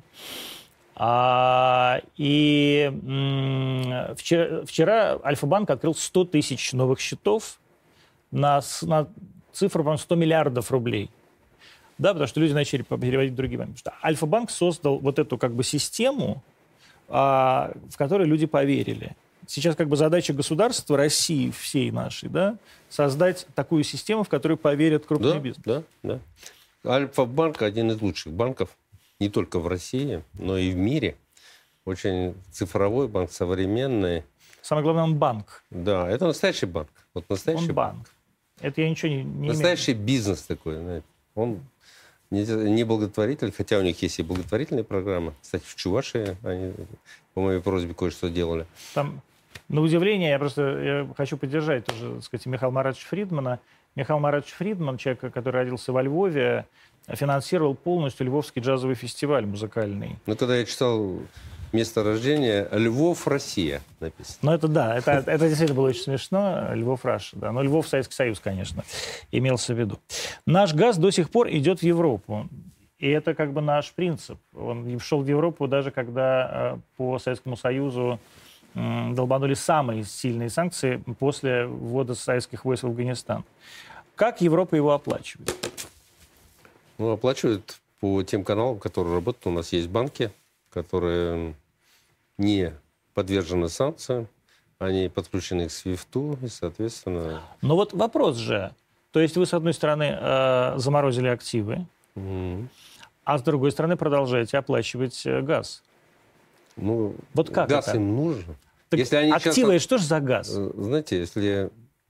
Speaker 1: Вчера Альфа-банк открыл 100 тысяч новых счетов на цифру, по-моему, 100 миллиардов рублей. Да, потому что люди начали переводить в другие банки. Потому что Альфа-банк создал вот эту как бы систему, в которой люди поверили. Сейчас как бы задача государства, России всей нашей, да, создать такую систему, в которую поверят крупный бизнес.
Speaker 2: Да. Альфа-банк один из лучших банков не только в России, но и в мире. Очень цифровой банк, современный.
Speaker 1: Самое главное, он банк.
Speaker 2: Да, это настоящий банк. Вот настоящий
Speaker 1: он банк. Это я ничего не
Speaker 2: настоящий бизнес такой, знаете. Он не благотворитель, хотя у них есть и благотворительные программы. Кстати, в Чувашии они по моей просьбе кое-что делали.
Speaker 1: Там, на удивление, я хочу поддержать тоже, так сказать, Михаила Маратовича Фридмана. Михаил Маратович Фридман, человек, который родился во Львове, финансировал полностью Львовский джазовый фестиваль музыкальный.
Speaker 2: Ну, когда я читал место рождения, Львов, Россия написано.
Speaker 1: Ну, это да, это действительно было очень смешно. Львов, Раша, да. Но Львов, Советский Союз, конечно, имелся в виду. Наш газ до сих пор идет в Европу. И это как бы наш принцип. Он шел в Европу даже когда по Советскому Союзу долбанули самые сильные санкции после ввода советских войск в Афганистан. Как Европа его оплачивает?
Speaker 2: Ну, оплачивают по тем каналам, которые работают. У нас есть банки, которые не подвержены санкциям, они подключены к SWIFT, и, соответственно...
Speaker 1: Но вот вопрос же. То есть вы, с одной стороны, заморозили активы, а с другой стороны продолжаете оплачивать газ.
Speaker 2: Ну,
Speaker 1: вот как
Speaker 2: газ
Speaker 1: это?
Speaker 2: им нужен.
Speaker 1: Так
Speaker 2: если они
Speaker 1: активы, что же за газ?
Speaker 2: Знаете, если...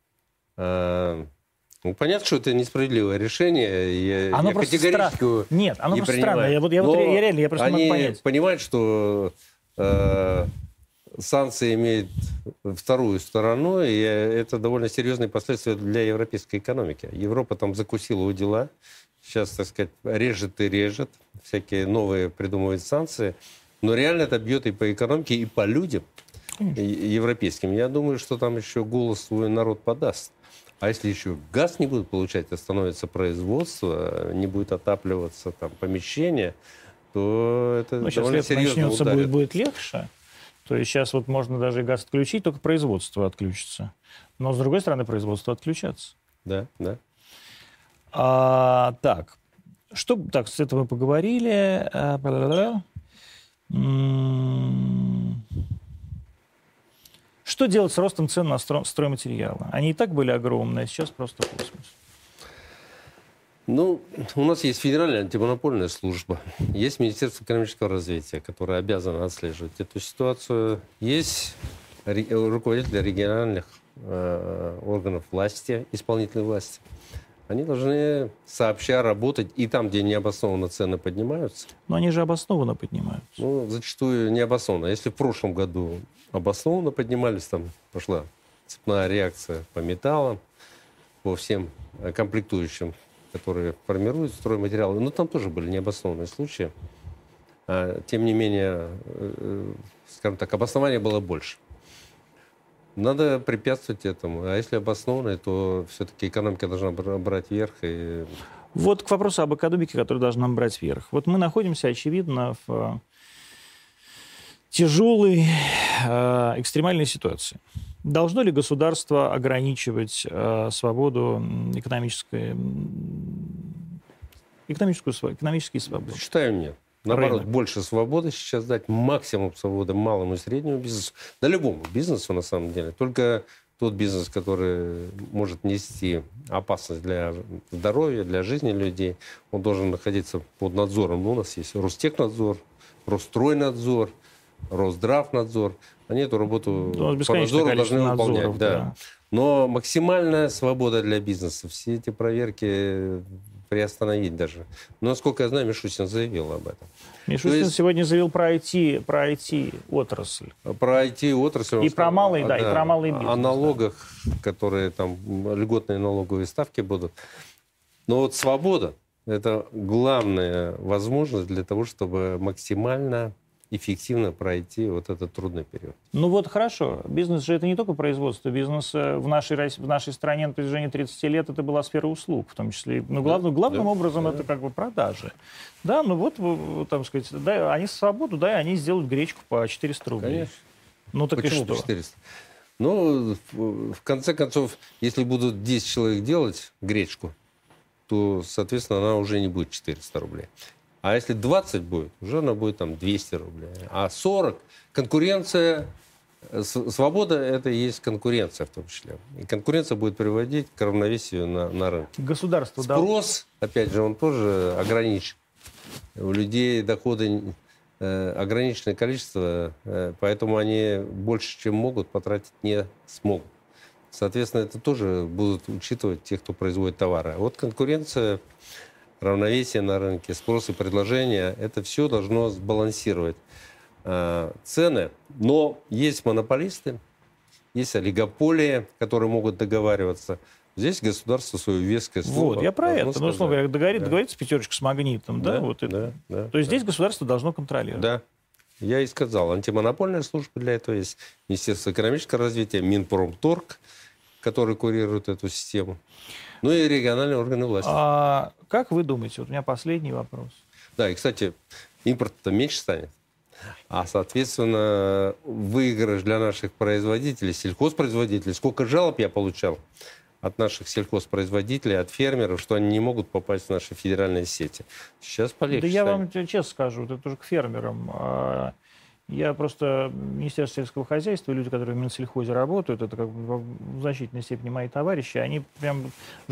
Speaker 2: Ну, понятно, что это несправедливое решение.
Speaker 1: Оно
Speaker 2: я
Speaker 1: просто
Speaker 2: категорически
Speaker 1: Нет, оно
Speaker 2: не
Speaker 1: просто
Speaker 2: принимаю.
Speaker 1: странное. Я просто
Speaker 2: они
Speaker 1: могу понять.
Speaker 2: понимают, что санкции имеют вторую сторону, и это довольно серьезные последствия для европейской экономики. Европа там закусила у дела. Сейчас, так сказать, режет и режет. Всякие новые придумывают санкции. Но реально это бьет и по экономике, и по людям европейским. Я думаю, что там еще голос свой народ подаст. А если еще газ не будут получать, остановится производство, не будет отапливаться там помещение, то это довольно серьезно ударит.
Speaker 1: Будет легче. То есть сейчас вот можно даже и газ отключить, только производство отключится. Но с другой стороны, производство отключаться.
Speaker 2: Да.
Speaker 1: Так, с этого мы поговорили. Что делать с ростом цен на стройматериалы? Они и так были огромные, а сейчас просто космос.
Speaker 2: Ну, у нас есть Федеральная антимонопольная служба, есть Министерство экономического развития, которое обязано отслеживать эту ситуацию. Есть руководители региональных органов власти, исполнительной власти. Они должны сообща работать и там, где необоснованно цены поднимаются.
Speaker 1: Но они же обоснованно поднимаются.
Speaker 2: Ну, зачастую необоснованно. Если в прошлом году обоснованно поднимались, там пошла цепная реакция по металлам, по всем комплектующим, которые формируют стройматериалы. Но там тоже были необоснованные случаи. Тем не менее, скажем так, обоснования было больше. Надо препятствовать этому. А если обоснованно, то все-таки экономика должна брать верх. И...
Speaker 1: Вот к вопросу об экономике, которая должна брать верх. Вот мы находимся, очевидно, в тяжелой, экстремальной ситуации. Должно ли государство ограничивать свободу экономические свободы?
Speaker 2: Считаю, нет. Наоборот, больше свободы сейчас дать, максимум свободы малому и среднему бизнесу, да любому бизнесу на самом деле. Только тот бизнес, который может нести опасность для здоровья, для жизни людей, он должен находиться под надзором. У нас есть Ростехнадзор, Росстройнадзор, Росздравнадзор. Они эту работу по надзору должны выполнять. Да. Но максимальная свобода для бизнеса. Все эти проверки приостановить даже. Но, насколько я знаю, Мишустин заявил об этом.
Speaker 1: Мишустин сегодня заявил про IT-отрасль.
Speaker 2: Про IT-отрасль.
Speaker 1: И про малый, да, и про малый бизнес.
Speaker 2: О налогах, которые там, льготные налоговые ставки будут. Но вот свобода – это главная возможность для того, чтобы максимально эффективно пройти вот этот трудный период.
Speaker 1: Ну вот хорошо. Бизнес же это не только производство. Бизнес в нашей стране на протяжении 30 лет это была сфера услуг, в том числе. Но главным образом это как бы продажи. Да, ну вот, там сказать, да, они свободу, да, и они сделают гречку по 400 рублей.
Speaker 2: Конечно.
Speaker 1: Ну так
Speaker 2: почему
Speaker 1: и что?
Speaker 2: 400? Ну, в конце концов, если будут 10 человек делать гречку, то, соответственно, она уже не будет 400 рублей. А если 20 будет, уже она будет там 200 рублей. А 40 конкуренция, свобода это и есть конкуренция в том числе. И конкуренция будет приводить к равновесию на рынке.
Speaker 1: Государство,
Speaker 2: спрос, опять же, он тоже ограничен. У людей доходы ограниченное количество, поэтому они больше, чем могут, потратить не смогут. Соответственно, это тоже будут учитывать те, кто производит товары. А вот конкуренция, равновесие на рынке, спрос и предложение, это все должно сбалансировать цены. Но есть монополисты, есть олигополии, которые могут договариваться. Здесь государство свое веское слово.
Speaker 1: Вот, я про это. Ну, условно говоря, договориться пятерочка с магнитом, да? Вот это. То есть здесь государство должно контролировать.
Speaker 2: Да. Я и сказал, антимонопольная служба для этого есть, Министерство экономического развития, Минпромторг, который курирует эту систему. Ну и региональные органы власти.
Speaker 1: А как вы думаете, вот у меня последний вопрос.
Speaker 2: Да, и, кстати, импорт-то меньше станет. А, соответственно, выигрыш для наших производителей, сельхозпроизводителей. Сколько жалоб я получал от наших сельхозпроизводителей, от фермеров, что они не могут попасть в наши федеральные сети. Сейчас полегче.
Speaker 1: Да я вам честно скажу, это тоже к фермерам. Я просто Министерство сельского хозяйства, люди, которые в Минсельхозе работают, это как бы в значительной степени мои товарищи, они прям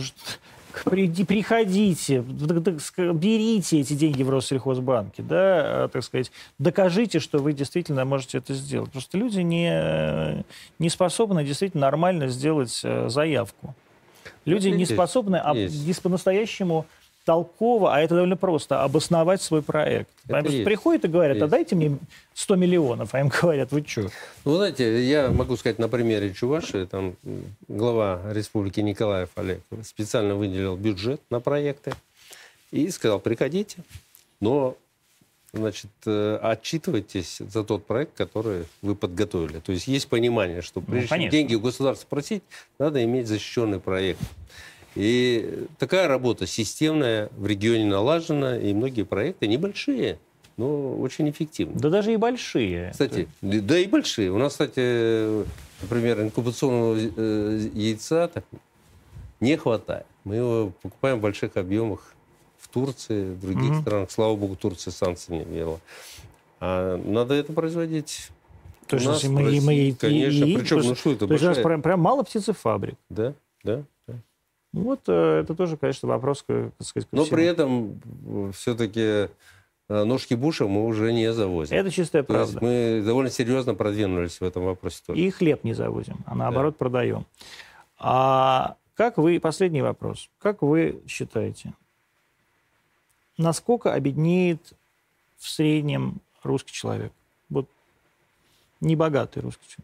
Speaker 1: приходите, берите эти деньги в Россельхозбанке, да, так сказать, докажите, что вы действительно можете это сделать. Просто люди не способны действительно нормально сделать заявку. Люди не способны по-настоящему толково, а это довольно просто, обосновать свой проект. Приходят и говорят, а дайте мне 100 миллионов, а им говорят, вы что?
Speaker 2: Ну, знаете, я могу сказать на примере Чувашии, там глава республики Николаев Олег специально выделил бюджет на проекты и сказал, приходите, но, значит, отчитывайтесь за тот проект, который вы подготовили. То есть есть понимание, что прежде чем деньги у государства просить, надо иметь защищенный проект. И такая работа системная в регионе налажена, и многие проекты небольшие, но очень эффективны.
Speaker 1: Да даже и большие.
Speaker 2: Кстати, да и большие. У нас, кстати, например, инкубационного яйца так не хватает. Мы его покупаем в больших объемах в Турции, в других странах. Слава богу, Турция санкции не ввела. А надо это производить.
Speaker 1: То есть
Speaker 2: конечно.
Speaker 1: Причем, ну что это? То есть у нас прям мало птицефабрик.
Speaker 2: Да.
Speaker 1: Вот это тоже, конечно, вопрос, так сказать,
Speaker 2: но при этом все-таки ножки Буша мы уже не завозим.
Speaker 1: Это чистая правда.
Speaker 2: То есть мы довольно серьезно продвинулись в этом вопросе тоже.
Speaker 1: И хлеб не завозим, а наоборот продаем. А как вы, последний вопрос, как вы считаете, насколько обеднеет в среднем русский человек? Вот небогатый русский человек.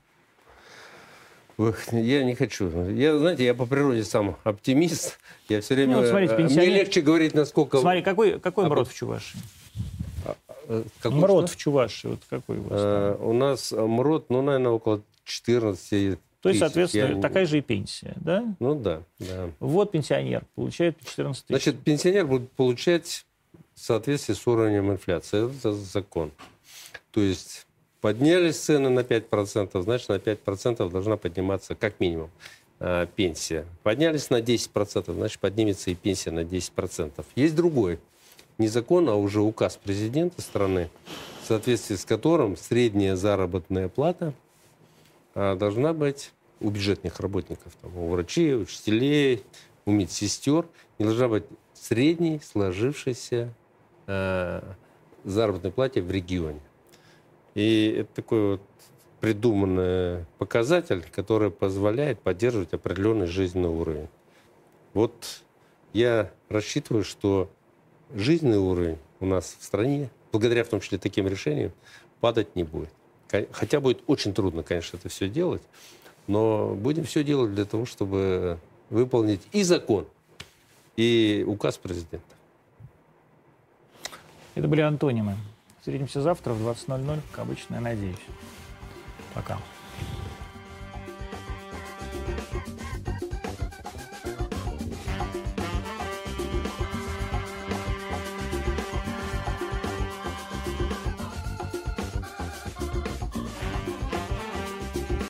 Speaker 2: Я не хочу. Знаете, я по природе сам оптимист. Я все время... Мне легче говорить, насколько...
Speaker 1: Смотри, какой МРОД в Чувашии? МРОД в Чувашии, вот какой у вас?
Speaker 2: У нас МРОД, наверное, около 14
Speaker 1: То есть, соответственно, такая же и пенсия, да?
Speaker 2: Ну да.
Speaker 1: Вот пенсионер получает 14 тысяч.
Speaker 2: Значит, пенсионер будет получать в соответствии с уровнем инфляции. Это закон. То есть... Поднялись цены на 5%, значит, на 5% должна подниматься как минимум пенсия. Поднялись на 10%, значит, поднимется и пенсия на 10%. Есть другой, не закон, а уже указ президента страны, в соответствии с которым средняя заработная плата должна быть у бюджетных работников, там, у врачей, учителей, у медсестер не должна быть средней сложившейся заработной плате в регионе. И это такой вот придуманный показатель, который позволяет поддерживать определенный жизненный уровень. Вот я рассчитываю, что жизненный уровень у нас в стране, благодаря в том числе таким решениям, падать не будет. Хотя будет очень трудно, конечно, это все делать, но будем все делать для того, чтобы выполнить и закон, и указ президента.
Speaker 1: Это были антонимы. Встретимся завтра в 20:00, как обычно, я надеюсь. Пока.